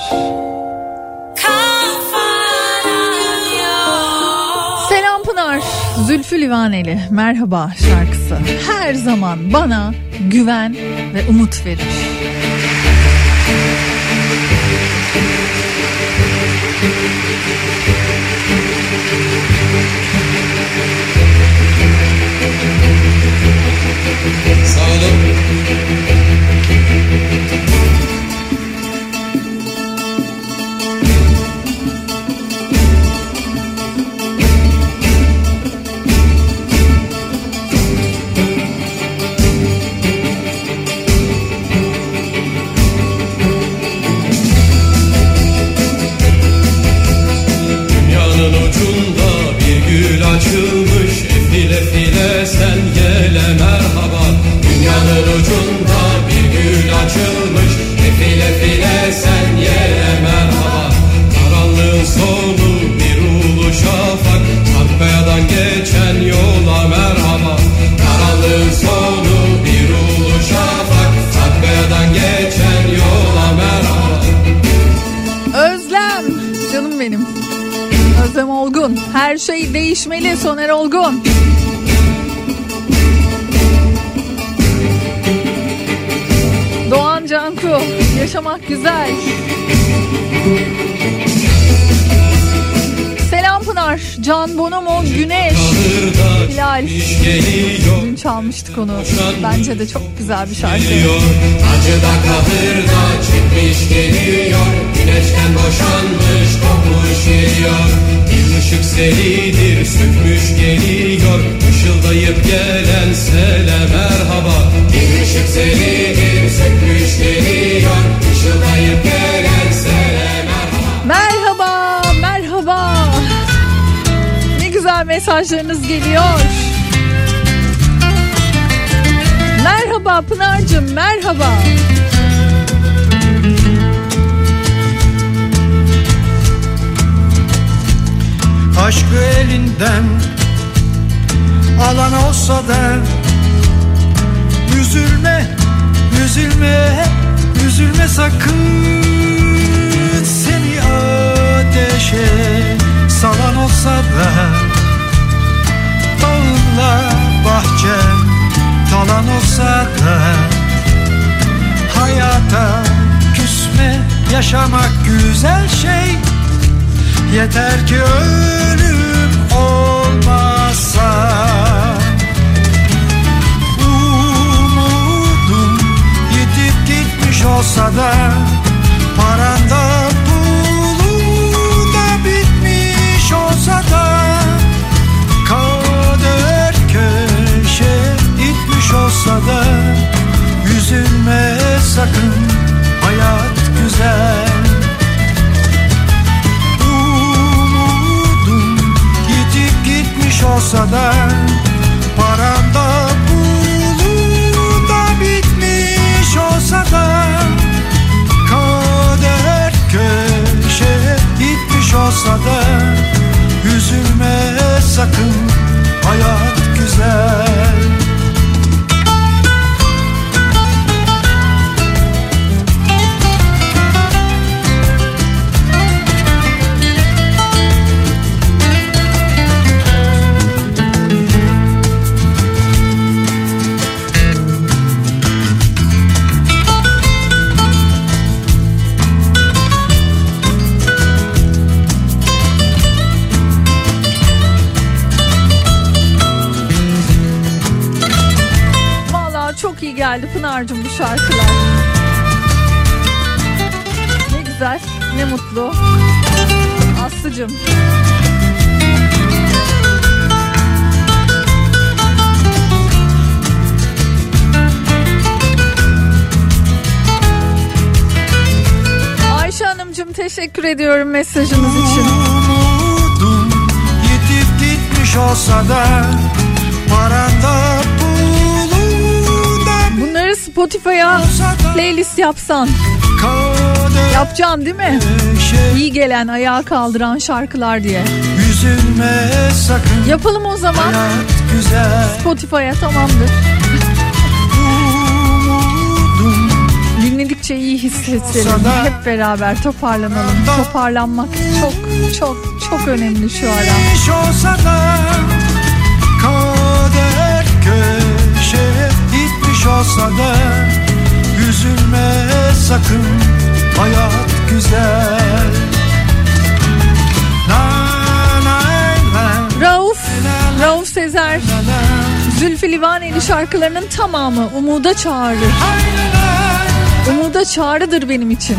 Selam Pınar, Zülfü Livaneli Merhaba şarkısı her zaman bana güven ve umut verir. Sağ olun. Dünyanın ucunda bir gül açılmış, efile file sen gele merhaba. Dünyanın ucunda bir gül açılmış, efile file sen gele merhaba. Karanlığın sonu bir ulu şafak, Sarpkaya'dan geçen yola merhaba. Karanlığın sonu bir ulu şafak, Sarpkaya'dan geçen yola merhaba. Özlem canım benim. Özlem Olgun. Her şey değişmeli Soner Olgun. Doğan Canku. Yaşamak güzel. Selam Pınar. Can Bonomo, Güneş, Hilal. Dün çalmıştık onu. Bence de çok güzel bir şarkı. Acıda kahırda çıkmış geliyor, güneşten boşanmış kokmuş geliyor. Bir ışık seridir sökmüş geliyor, ışıldayıp gelen sele merhaba. Bir ışık seridir sökmüş geliyor, mesajlarınız geliyor. Merhaba Pınar'cığım, merhaba. Aşkı elinden alan olsa da üzülme, üzülme, üzülme sakın. Seni ateşe salan olsa da bağınla bahçem talan olsa da hayata küsme, yaşamak güzel şey. Yeter ki ölüm olmazsa. Umudum yitip gitmiş olsa da paranda pulunda bitmiş olsa da kader köşe itmiş olsa da üzülme sakın, hayat güzel. Olsa da paranda pulunda bitmiş olsa da kader köşe gitmiş olsa da üzülme sakın, hayat güzel. Geldi Pınar'cığım bu şarkılar. Ne güzel, ne mutlu. Aslı'cığım. Ayşe Hanımcığım teşekkür ediyorum mesajınız için. Umudum yitip gitmiş olsa da paranda bunları Spotify'a playlist yapsan. Yapacaksın değil mi? İyi gelen, ayağa kaldıran şarkılar diye. Üzülme sakın. Yapalım o zaman. Spotify'a tamamdır. Dinledikçe iyi hissetselim. Hep beraber toparlanalım. Toparlanmak çok çok çok önemli şu ara. Kader köşe gitmiş olsa da üzülme sakın, hayat güzel. Rauf, Rauf Sezer, Zülfü Livaneli şarkılarının tamamı umuda çağırır. Umuda çağrıdır benim için.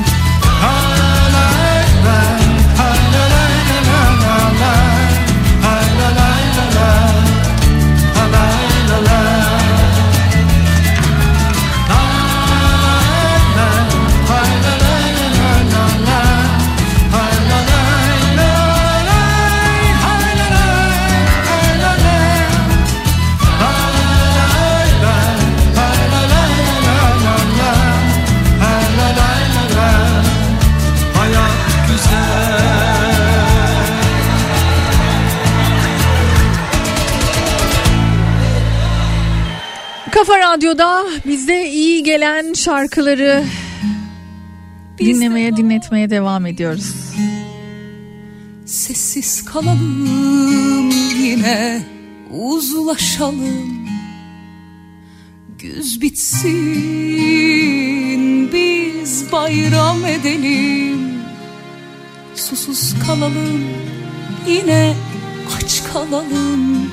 Kafa Radyo'da bizde iyi gelen şarkıları dinlemeye, dinletmeye devam ediyoruz. Sessiz kalalım yine uzlaşalım. Güz bitsin biz bayram edelim. Susuz kalalım yine aç kalalım.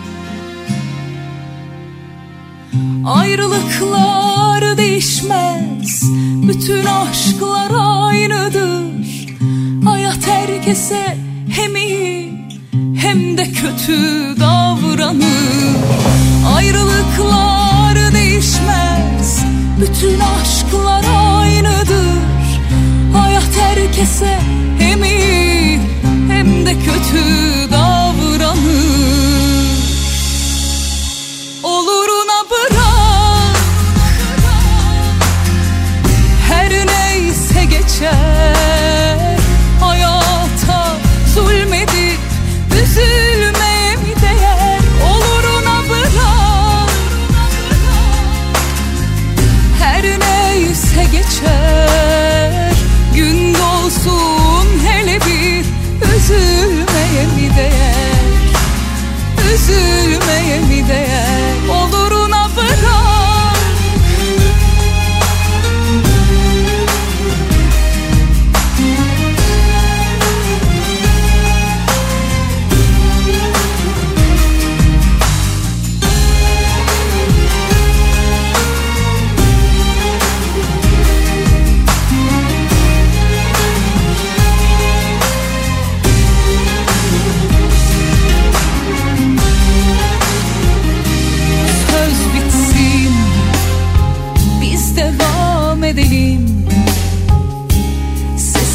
Ayrılıklar değişmez, bütün aşklar aynıdır. Hayat herkese hem iyi hem de kötü davranır. Ayrılıklar değişmez, bütün aşklar aynıdır. Hayat herkese hem iyi hem de kötü davranır.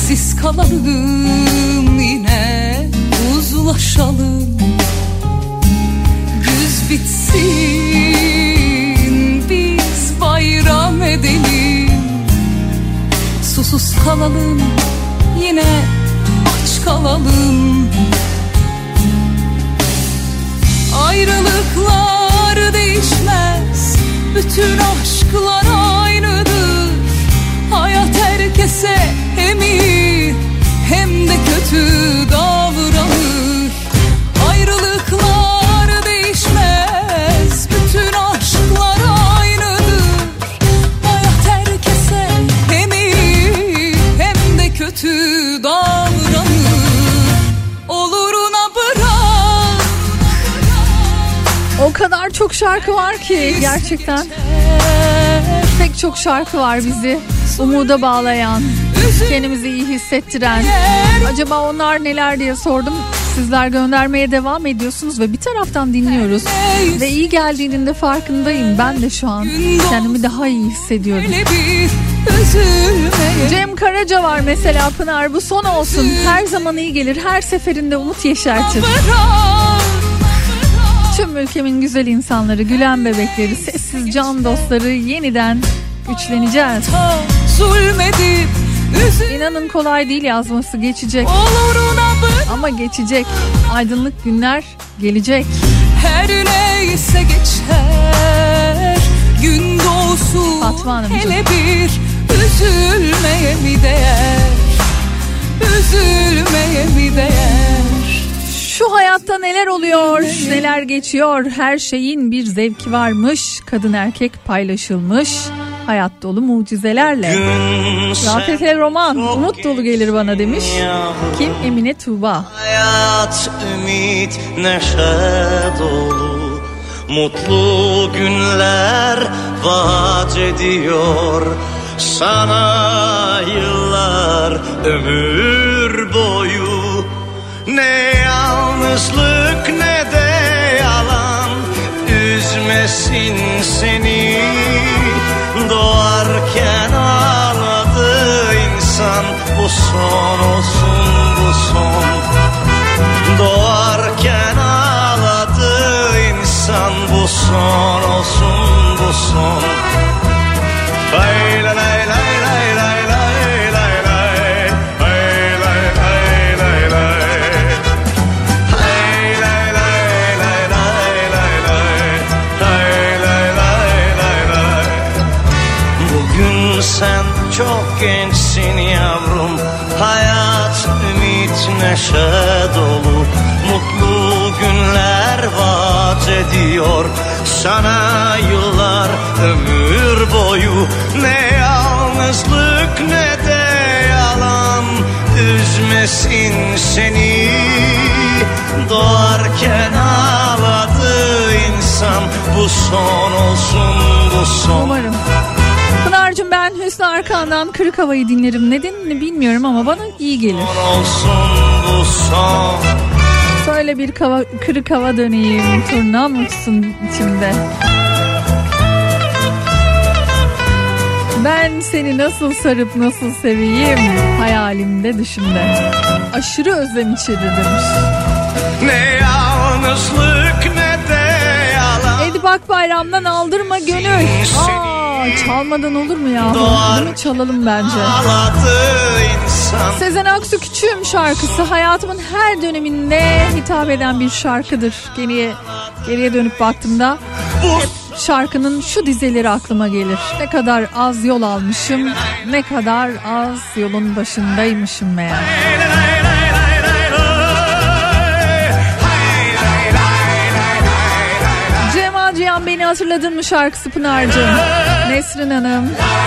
Sensiz kalalım yine uzlaşalım. Güz bitsin biz bayram edelim. Susuz kalalım yine aç kalalım. Ayrılıklar değişmez, bütün aşklar aynıdır. Hayat herkese hem iyi hem de kötü davranır. Ayrılıklar değişmez, bütün aşklar aynıdır. Hayat herkese hem iyi hem de kötü davranır. Oluruna bırak. O kadar çok şarkı var ki gerçekten. Pek çok şarkı var bizi umuda bağlayan, kendimizi iyi hissettiren. Acaba onlar neler diye sordum. Sizler göndermeye devam ediyorsunuz ve bir taraftan dinliyoruz. Ve iyi geldiğinin de farkındayım. Ben de şu an kendimi daha iyi hissediyorum. Cem Karaca var mesela, Pınar bu son olsun. Her zaman iyi gelir, her seferinde umut yeşertir. Tüm ülkemin güzel insanları, gülen bebekleri, sessiz can dostları, yeniden güçleneceğiz. İnanın kolay değil yazması, geçecek. Ama geçecek. Aydınlık günler gelecek. Her neyse geçer. Gün doğsun. Fatma Hanımcığım. Hele bir üzülmeye mi değer? Üzülmeye mi değer? Şu hayatta neler oluyor, neler geçiyor, her şeyin bir zevki varmış, kadın erkek paylaşılmış, hayat dolu mucizelerle. Rafet El Roman, umut dolu gelir bana demiş. Kim? Emine Tuğba. Hayat, ümit, neşe dolu, mutlu günler vaat ediyor. Sana yıllar, ömür boyu. Ne yalnızlık ne de yalan üzmesin seni. Doğarken ağladı insan, bu son olsun bu son. Doğarken ağladı insan, bu son olsun bu son. Lay lay lay lay lay lay lay lay. Sen çok gençsin yavrum, hayat, ümit, neşe dolu, mutlu günler vaat ediyor. Sana yıllar, ömür boyu. Ne yalnızlık ne de yalan üzmesin seni. Doğarken ağladı insan, bu son olsun bu son. Umarım. Pınar'cığım, ben Hüsnü Arkan'dan Kırık Hava'yı dinlerim. Nedenini bilmiyorum ama bana iyi gelir. Söyle bir kava, kırık hava döneyim, turnam uçsun içimde. Ben seni nasıl sarıp nasıl seveyim, hayalimde düşümde. Aşırı özlem içerir demiş. Ne yalnızlık ne de yalan. Edip Akbayram'dan Aldırma Gönül. Aa, çalmadan olur mu ya? Bunu çalalım bence. Sezen Aksu Küçüğüm şarkısı hayatımın her döneminde hitap eden bir şarkıdır. Geriye, geriye dönüp baktığımda hep şarkının şu dizeleri aklıma gelir. Ne kadar az yol almışım, ne kadar az yolun başındaymışım meğer. Cemal Cihan Beni Hatırladın mı şarkısı Pınar'cığım. Nesrin Hanım.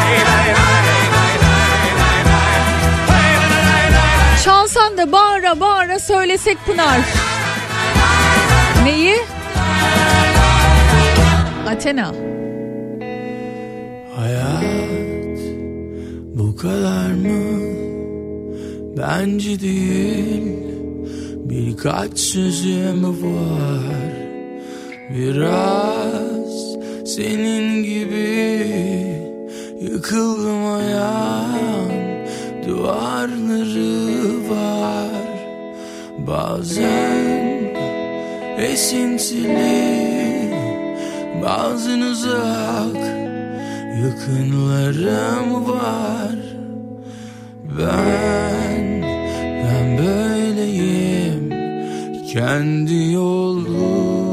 Çalsan da bağıra bağıra söylesek Pınar. Neyi? Athena. Hayat bu kadar mı? Bence değil. Birkaç sözüm var. Biraz senin gibi yıkıldım ayağım. duvarları var. Bazen esintili, bazen uzak, yakınlarım var. Ben, ben böyleyim kendi yolumda.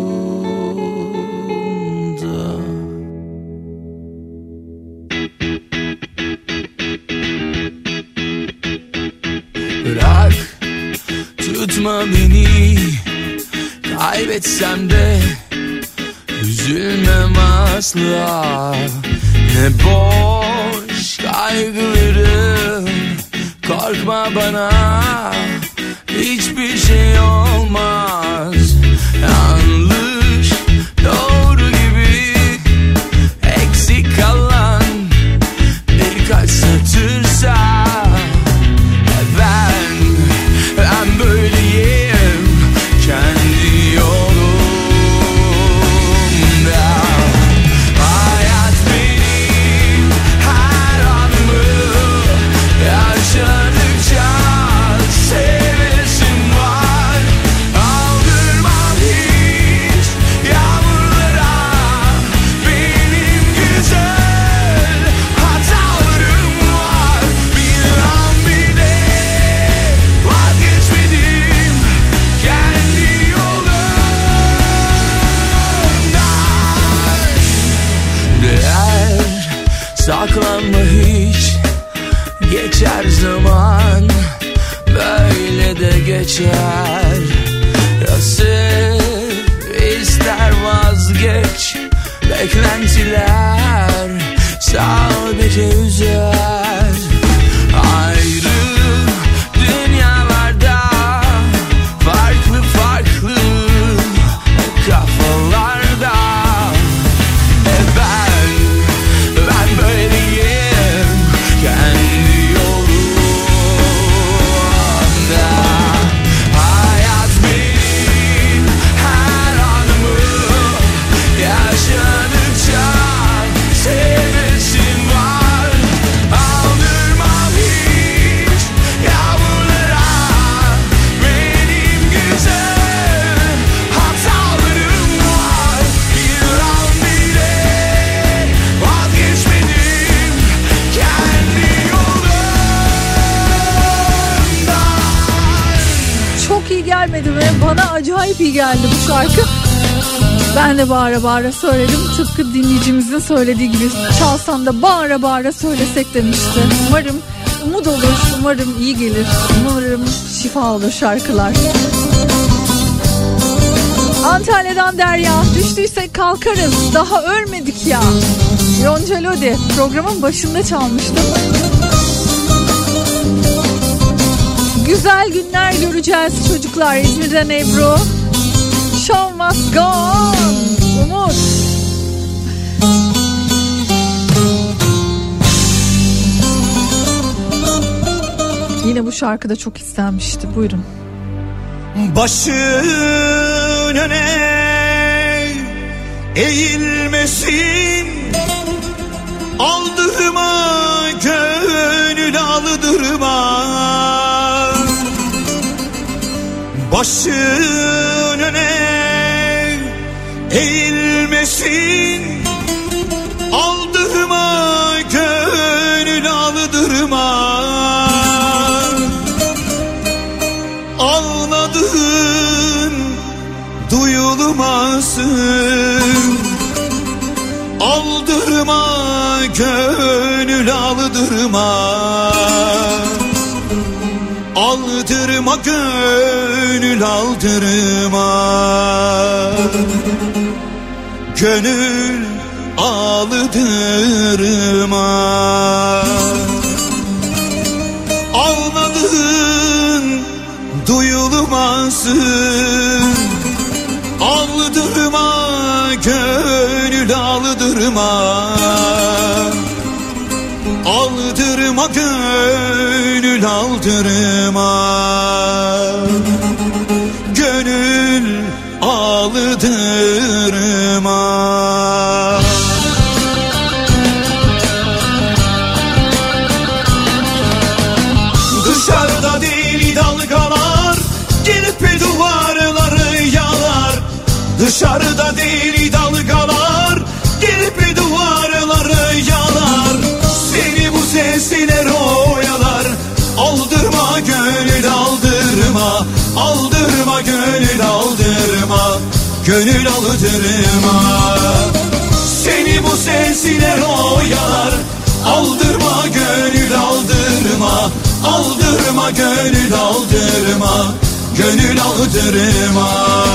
Bırak, tutma beni, kaybetsem de üzülmem asla. Ne boş kaygılarım, korkma bana, hiçbir şey olmaz. Yanlış doğru gibi eksik kalan birkaç satırsa, ben, ben böyleyim kendi yolumda. Hayat benim her anımı yaşadıkça sevesim var. Aldırmam hiç yağmurlara, benim güzel hatalarım var. Bir an bile vazgeçmedim kendi yolumdan. Değer saklanma hiç, geçer zaman, böyle de geçer. Ya sev, ister vazgeç, beklentiler sadece üzer. Ayrı dünyalarda, farklı farklı kafalarda. E ben, ben böyleyim kendi yolumda. Hayat benim her anımı yaşadıkça sevesim var. Aldırmam hiç yağmurlara, benim güzel hatalarım var. Bir an bile vazgeçmedim kendi yolumdan. Çok iyi gelmedi mi? Bana acayip iyi geldi bu şarkı. Ben de bağıra bağıra söyledim. Tıpkı dinleyicimizin söylediği gibi, çalsan da bağıra bağıra söylesek demişti. Umarım umut olur, umarım iyi gelir, umarım şifa olur şarkılar. Antalya'dan Derya, düştüyse kalkarız, daha ölmedik ya. Yonca Lodi, programın başında çalmıştım. Güzel günler göreceğiz çocuklar. İzmir'den Ebru. Show must go on. Umut. Yine bu şarkıda çok istenmişti. Buyurun. Başın öne eğilmesin, aldırma gönül aldırma. Başın öne eğilmesin, aldırma gönül aldırma. Ağladığın duyulmasın, aldırma gönül aldırma. Aldırma gönül aldırma. Gönül aldırma. Ağladığın duyulmasın, aldırma gönül aldırma. Aldırma gönül aldırma. Gönül aldırma. Dalga deli dalgalar gelip duvarları yalar. Seni bu sesler oyalar. Aldırma gönül aldırma, aldırma gönül aldırma, gönül aldırma. Seni bu sesler oyalar. Aldırma gönül aldırma, aldırma gönül aldırma, gönül aldırma.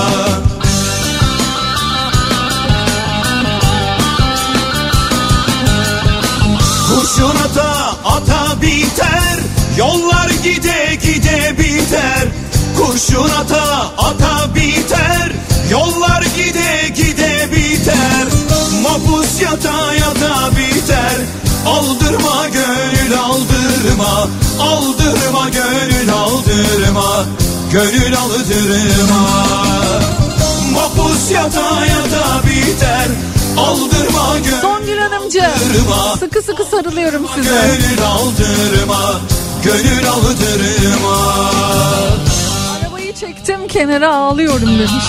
Kurşun ata ata biter, yollar gide gide biter. Kurşun ata ata biter, yollar gide gide biter. Mapus yata yata biter. Aldırma gönül aldırma, aldırma gönül aldırma, gönül aldırma. Mapus yata yata biter. Aldırma gönül. Songül Hanımcığım, sıkı sıkı sarılıyorum size. Gönül aldırma, gönül aldırma. Arabayı çektim kenara ağlıyorum demiş.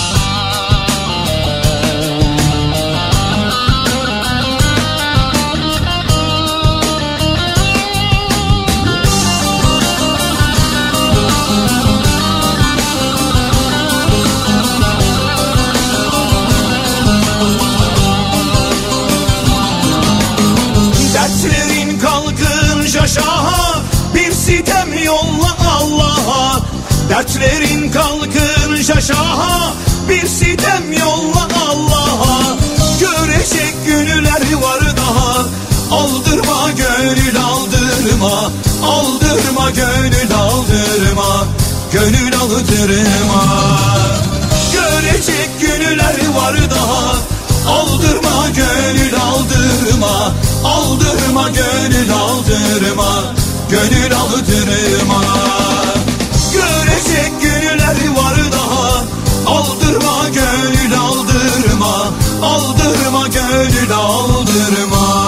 Dertlerin kalkınca şaha, bir sitem yolla Allah'a. Dertlerin kalkınca şaha, bir sitem yolla Allah'a. Görecek günler var daha. Aldırma gönül aldırma, aldırma gönül aldırma, gönül aldırma. Görecek günler var daha. Aldırma gönül aldırma, aldırma gönül aldırma, gönül aldırma. Görecek günler var daha. Aldırma gönül aldırma, aldırma gönül aldırma,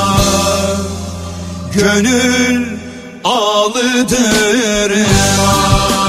gönül aldırma.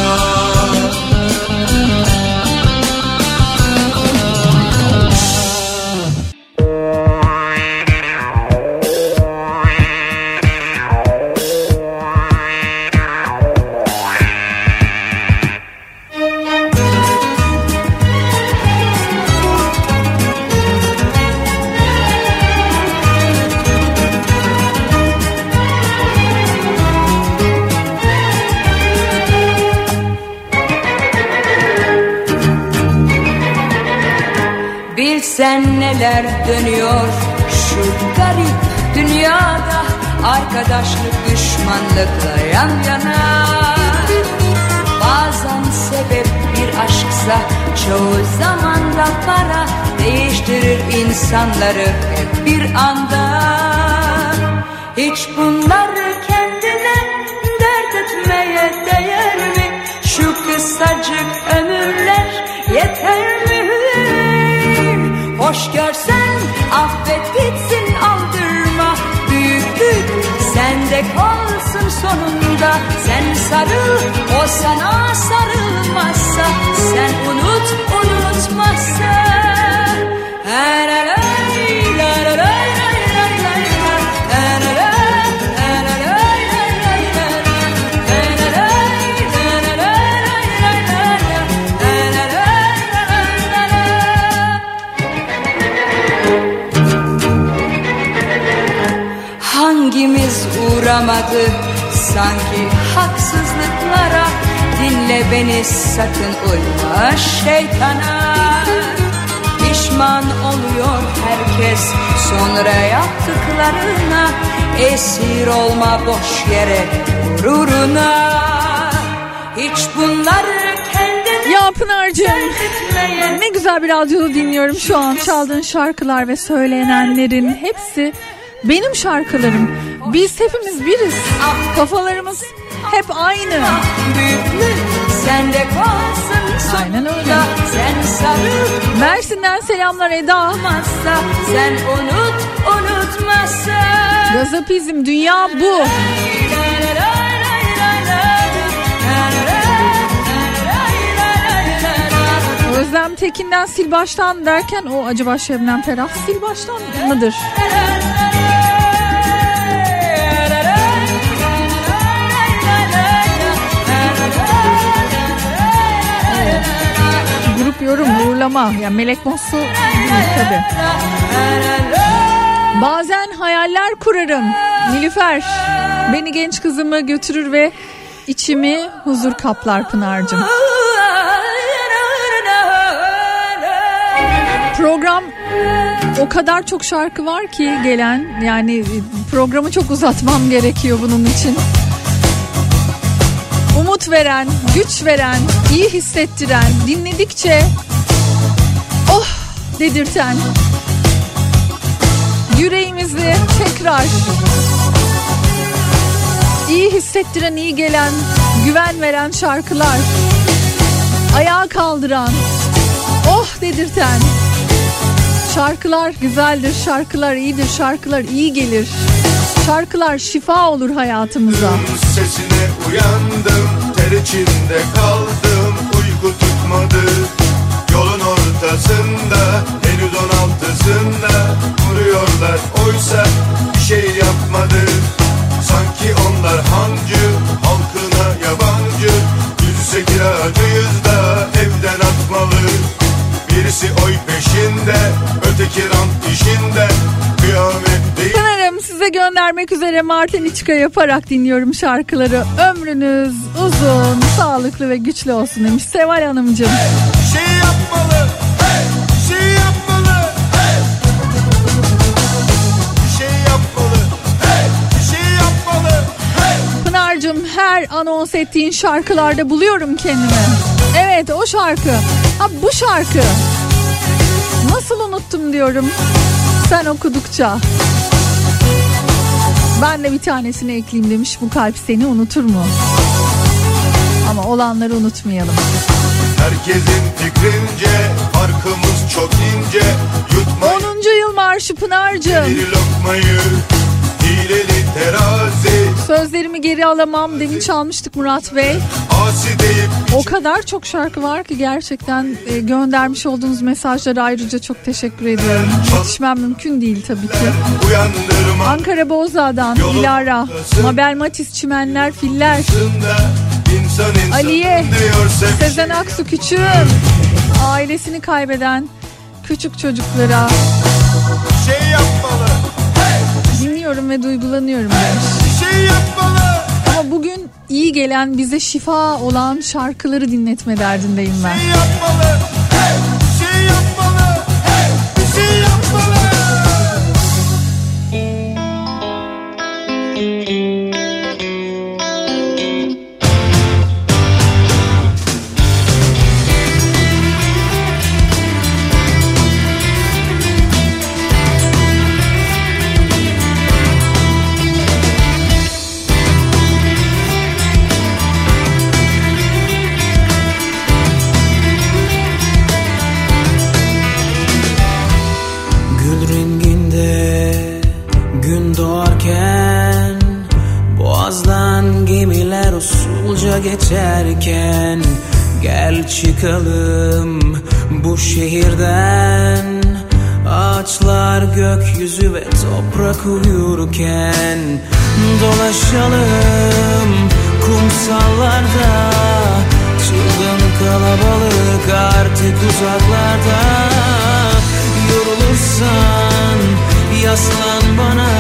Bilsen neler dönüyor şu garip dünyada. Arkadaşlık düşmanlıkla yan yana. Bazen sebep bir aşksa çoğu zaman da para değiştirir insanları hep bir anda. Hiç bunları kendine dert etmeye değer mi? Şu kısacık ömürler yeter mi? Hoş görsen affet gitsin aldırma. Büyüklük sende kalsın sonunda. Sen sarıl o sana sarılmazsa. Sen unut unutmazsa. Hangimiz uğramadı sanki haksızlıklara? Dinle beni sakın uyma şeytana. Pişman oluyor herkes sonra yaptıklarına. Esir olma boş yere gururuna. Hiç bunları kendine. Ya Pınar'cığım, ne güzel bir radyoda dinliyorum şu an. Çaldığın şarkılar ve söylenenlerin hepsi benim şarkılarım. Biz hepimiz biriz. Kafalarımız hep aynı. Sende kalsın. Aynen öyle. Sen sarıl. Mersin'den selamlar Eda. Sen unut unutmazsa. Gazapizm, dünya bu. Özlem Şebnem Tekin'den sil baştan derken o acaba Şebnem Ferah sil baştan mıdır? Grup yorum uğurlama yani Melek Mosso tabii. Bazen hayaller kurarım. Nilüfer beni genç kızımı götürür ve içimi huzur kaplar Pınar'cığım. Program o kadar çok şarkı var ki gelen, yani programı çok uzatmam gerekiyor bunun için. Umut veren, güç veren, iyi hissettiren, dinledikçe oh dedirten, yüreğimizi tekrar iyi hissettiren, iyi gelen, güven veren şarkılar, ayağa kaldıran, oh dedirten şarkılar güzeldir, şarkılar iyidir, şarkılar iyi gelir, şarkılar şifa olur hayatımıza. Sesine uyandım, ter içinde kaldım, uyku tutmadı. Yolun ortasında, henüz on altısında vuruyorlar, oysa bir şey yapmadı. Sanki onlar hancı, halkına yabancı. Yüzse kiracıyız da evden atmalı. Birisi oy peşinde, öteki rant işinde. Kıyamet değil. Pınar'ım size göndermek üzere Martiniçka yaparak dinliyorum şarkıları. Ömrünüz uzun, sağlıklı ve güçlü olsun demiş Seval Hanımcığım. Hey, şey yapmalı, hey, şey yapmalı, hey. Bir şey yapmalı, hey, bir şey yapmalı, hey. Pınar'cığım her anons ettiğin şarkılarda buluyorum kendimi. Evet o şarkı, ha bu şarkı. Nasıl unuttum diyorum sen okudukça. Ben de bir tanesini ekleyeyim demiş, bu kalp seni unutur mu? Ama olanları unutmayalım. Herkesin fikrince farkımız çok ince. Yutmayın onuncu yıl marşı Pınar'cığım. bir lokmayı, hileli terazi. Sözlerimi geri alamam demin çalmıştık Murat Bey. Asi deyip o kadar çok şarkı var ki gerçekten e, göndermiş olduğunuz mesajlara ayrıca çok teşekkür ediyorum. Yetişmem mümkün değil tabii ki. Uyandırma. Ankara Bozağ'dan Dilara, Mabel Matiz, Çimenler, Filler, İnsan insan Aliye, diyorsa Sezen Aksu küçüğüm, ailesini kaybeden küçük çocuklara şey yapmalı, hey. Dinliyorum ve duygulanıyorum demiş. Şey yapmalı. Ama bugün iyi gelen, bize şifa olan şarkıları dinletme derdindeyim ben. Şey yapmalı, hey. Şey yapmalı, hey. Şey yapmalı. Geçerken gel çıkalım bu şehirden. Ağaçlar gökyüzü ve toprak uyurken dolaşalım kumsallarda. Çılgın kalabalık artık uzaklarda. Yorulursan yaslan bana.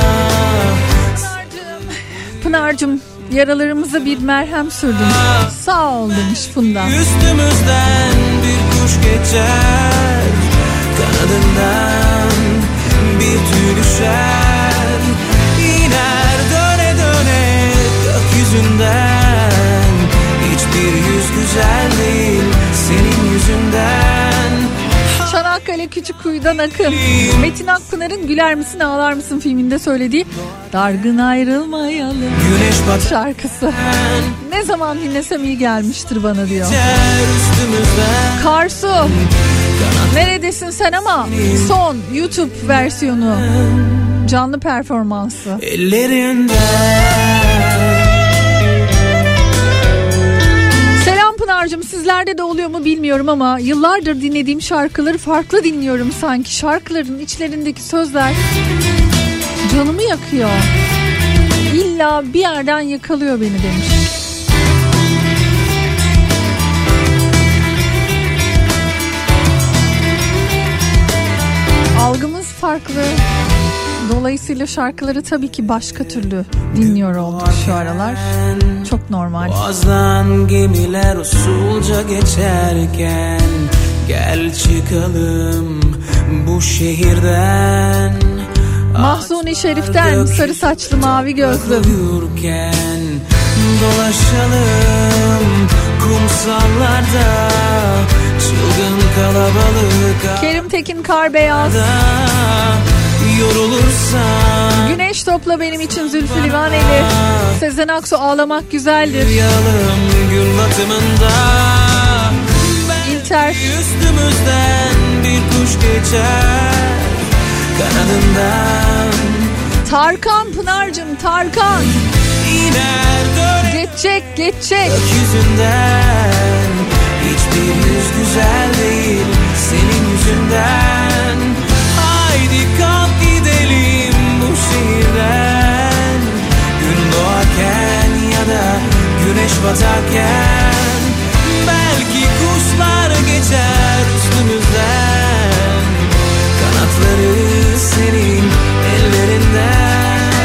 Pınar'cığım, yaralarımıza bir merhem sürdün. Sağ ol demiş Funda. Üstümüzden bir kuş geçer, kanadından bir tüy düşer. İner döne döne gökyüzünden. Hiçbir yüz güzel değil senin yüzünden. Çanakkale Küçükkuyu'dan Akın. Metin Akpınar'ın Güler Misin Ağlar Mısın filminde söylediği Dargın Ayrılmayalım şarkısı. Ne zaman dinlesem iyi gelmiştir bana diyor. Karsu, neredesin sen ama son YouTube versiyonu, canlı performansı. Selam Pınar'cığım, size sizlerde de oluyor mu bilmiyorum ama yıllardır dinlediğim şarkıları farklı dinliyorum sanki. Şarkıların içlerindeki sözler canımı yakıyor. İlla bir yerden yakalıyor beni demiş. Algımız farklı. Dolayısıyla şarkıları tabii ki başka türlü dinliyor olduk şu aralar. Çok normal. Boğazdan gemiler usulca geçerken gel çıkalım bu şehirden. Mahzuni Şerif'ten sarı saçlı mavi gözlüm. Dolaşalım kumsallarda çılgın kalabalık. Kerim Tekin Kar Beyaz. Yorulursan Güneş topla benim için Zülfü Livaneli. Sezen Aksu ağlamak güzeldir. Uyalım gün batımında. İlter Üstümüzden bir kuş geçer kanadından. Tarkan Pınar'cım Tarkan. İner döner Geçecek geçecek. Gökyüzünden hiçbir yüz güzel değil senin yüzünden. Haydi kalk gidelim bu şehirden. Gün doğarken ya da güneş batarken. Belki kuşlar geçer üstümüzden. Kanatları senin ellerinden.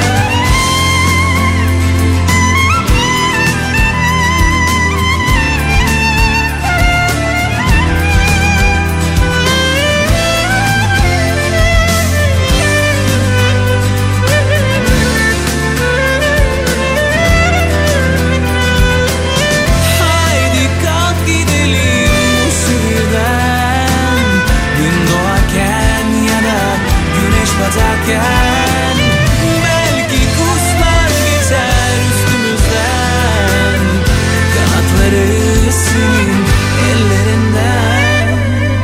Batarken belki kuşlar geçer üstümüzden. Kanatları senin ellerinden.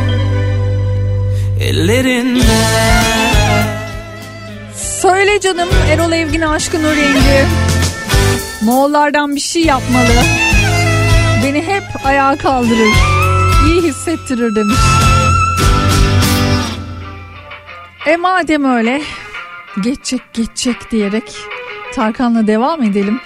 Ellerinden. Söyle canım Erol Evgin aşkın o rengi. Moğollardan bir şey yapmalı. Beni hep ayağa kaldırır. İyi hissettirir demiş. E madem öyle geçecek geçecek diyerek Tarkan'la devam edelim.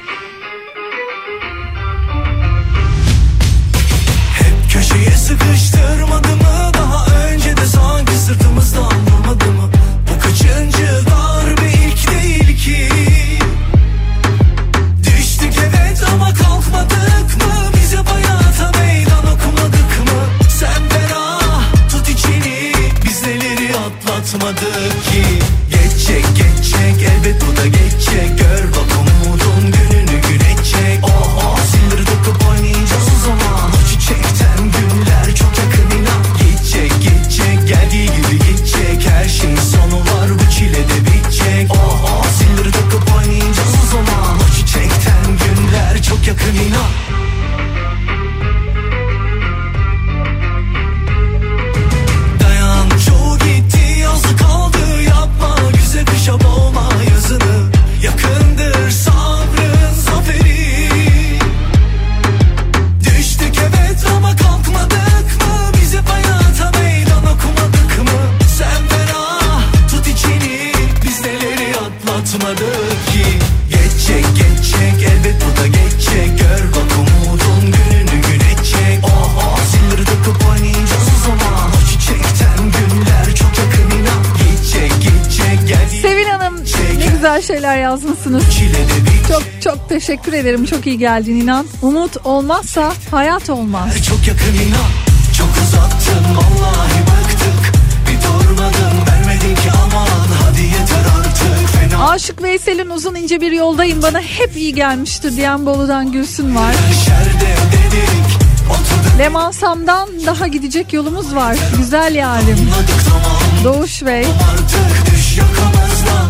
Hep köşeye sıkıştırmadı mı? Daha önce de sanki sırtımızdan vurmadı mı? Bu kaçıncı darbe ilk değil ki. Düştük evet ama kalkmadık mı? Bize hayata meydan okumadık mı? Sen ferah tut içini, biz neleri atlatmadık ki. Geçecek geçecek elbet bu da geçecek. Gör bak umudun gününü güneşecek. Oh oh sindir dokup oynayacağız o zaman. O çiçekten günler çok yakın inan. Geçecek geçecek geldiği gibi geçecek. Her şeyin sonu var bu çile de bitecek. Oh oh sindir dokup oynayacağız o zaman. O çiçekten günler çok yakın inan. Dayan çoğu gitti yazı kaldı. Yapma güzel kışa boğma yazını. Yakındır sabrın zaferi. Düştük evet ama kalkmadık mı? Bize hayata meydan okumadık mı? Sen ferah tut içini, biz neleri atlatmadık ki. Geçecek geçecek elbet bu da geçecek. Gör bak umudun gününü güneşecek. Oh oh sindir dokup oynayacağız o zaman. O çiçekten günler çok yakın inan. Geçecek geçecek geldi. Sevil Hanım ne güzel şeyler yazmışsınız. Çok çok teşekkür ederim. Çok iyi geldin inan. Umut olmazsa hayat olmaz. Çok yakın inan. Çok uzattın vallahi bıktık. Bir durmadın vermedin ki aman. Hadi yeter artık fena. Aşık Veysel'in uzun ince bir yoldayım bana hep iyi gelmiştir diyen Bolu'dan Gülsün var. Lemansam'dan daha gidecek yolumuz var. Güzel yarim. Doğuş Bey. Artık düş yakamazdan.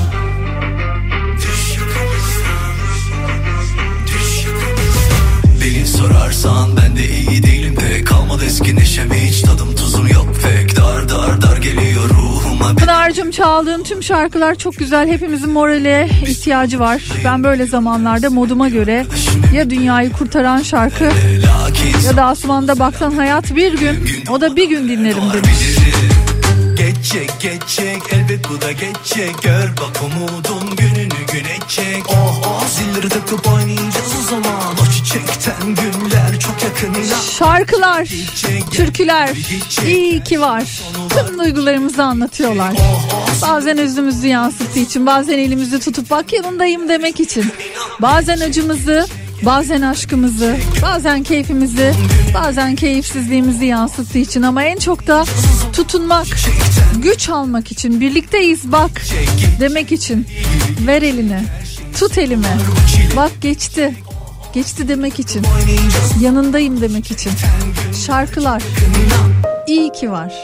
Beni sorarsan ben de iyi değilim de. Kalmadı eski neşem hiç tadım tuzum yok pek. Dar dar dar geliyor ruhuma. Pınar'cığım çaldığın tüm şarkılar çok güzel. Hepimizin morale ihtiyacı var. Ben böyle zamanlarda moduma göre ya dünyayı kurtaran şarkı vakit. Ya da Asuman'da baksan hayat bir gün, o da bir gün dinlerim demiş. Geçecek geçecek elbet bu da geçecek. Gör bak umudun gününü gün edecek. Oh oh zilleri takıp oynayacağız o zaman. O çiçekten günler çok yakınıyla. Şarkılar, türküler iyi ki var. Tüm duygularımızı anlatıyorlar. Bazen özümüzü yansıttığı için, bazen elimizi tutup bak yanındayım demek için. Bazen acımızı, bazen aşkımızı, bazen keyfimizi, bazen keyifsizliğimizi yansıttığı için, ama en çok da tutunmak, güç almak için, birlikteyiz bak demek için. Ver elini, tut elime, bak geçti, geçti demek için, yanındayım demek için. Şarkılar iyi ki var.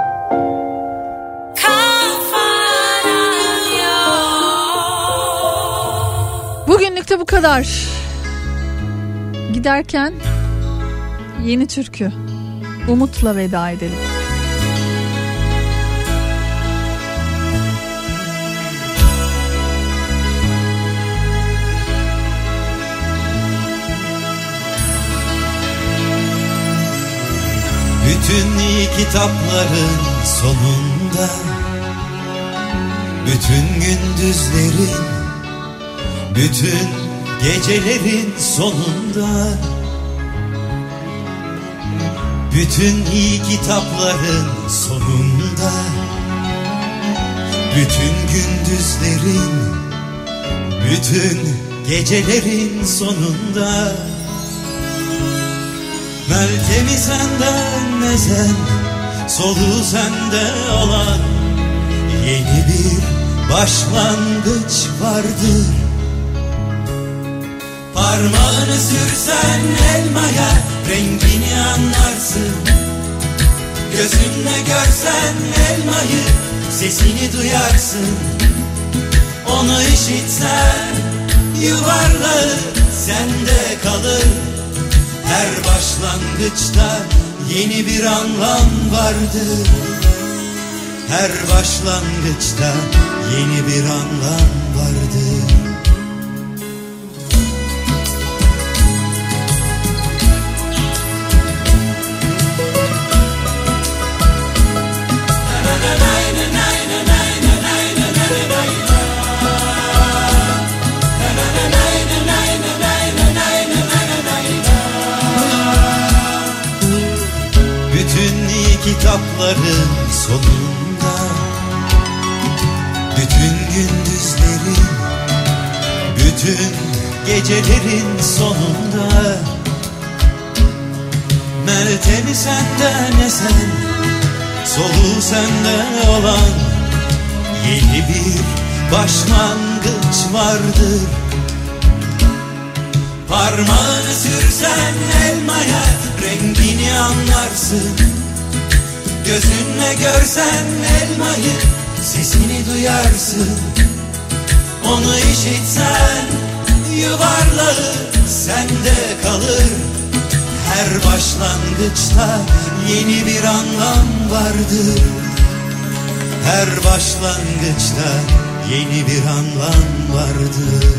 Bugünlük de bu kadar. Giderken yeni türkü Umut'la veda edelim. Bütün iyi kitapların sonunda, bütün gündüzlerin, bütün gecelerin sonunda, bütün iyi kitapların sonunda, bütün gündüzlerin, bütün gecelerin sonunda, Meltemi senden ezen, soluğu sende olan yeni bir başlangıç vardır. Parmağını sürsen elmaya rengini anlarsın. Gözünle görsen elmayı sesini duyarsın. Onu işitsen yuvarlağı sende kalır. Her başlangıçta yeni bir anlam vardır. Her başlangıçta yeni bir anlam vardır. Kitapların sonunda, bütün gündüzlerin, bütün gecelerin sonunda, Meltemi senden esen, soluğu sende olan yeni bir başlangıç vardır. Parmağını sürsen elmaya rengini anlarsın. Gözünle görsen elmayı sesini duyarsın. Onu işitsen yuvarlağı sende kalır. Her başlangıçta yeni bir anlam vardır. Her başlangıçta yeni bir anlam vardır.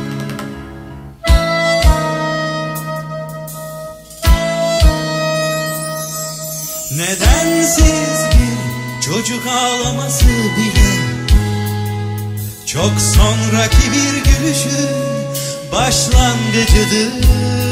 Nedensiz bir çocuk ağlaması bile çok sonraki bir gülüşün başlangıcıdır.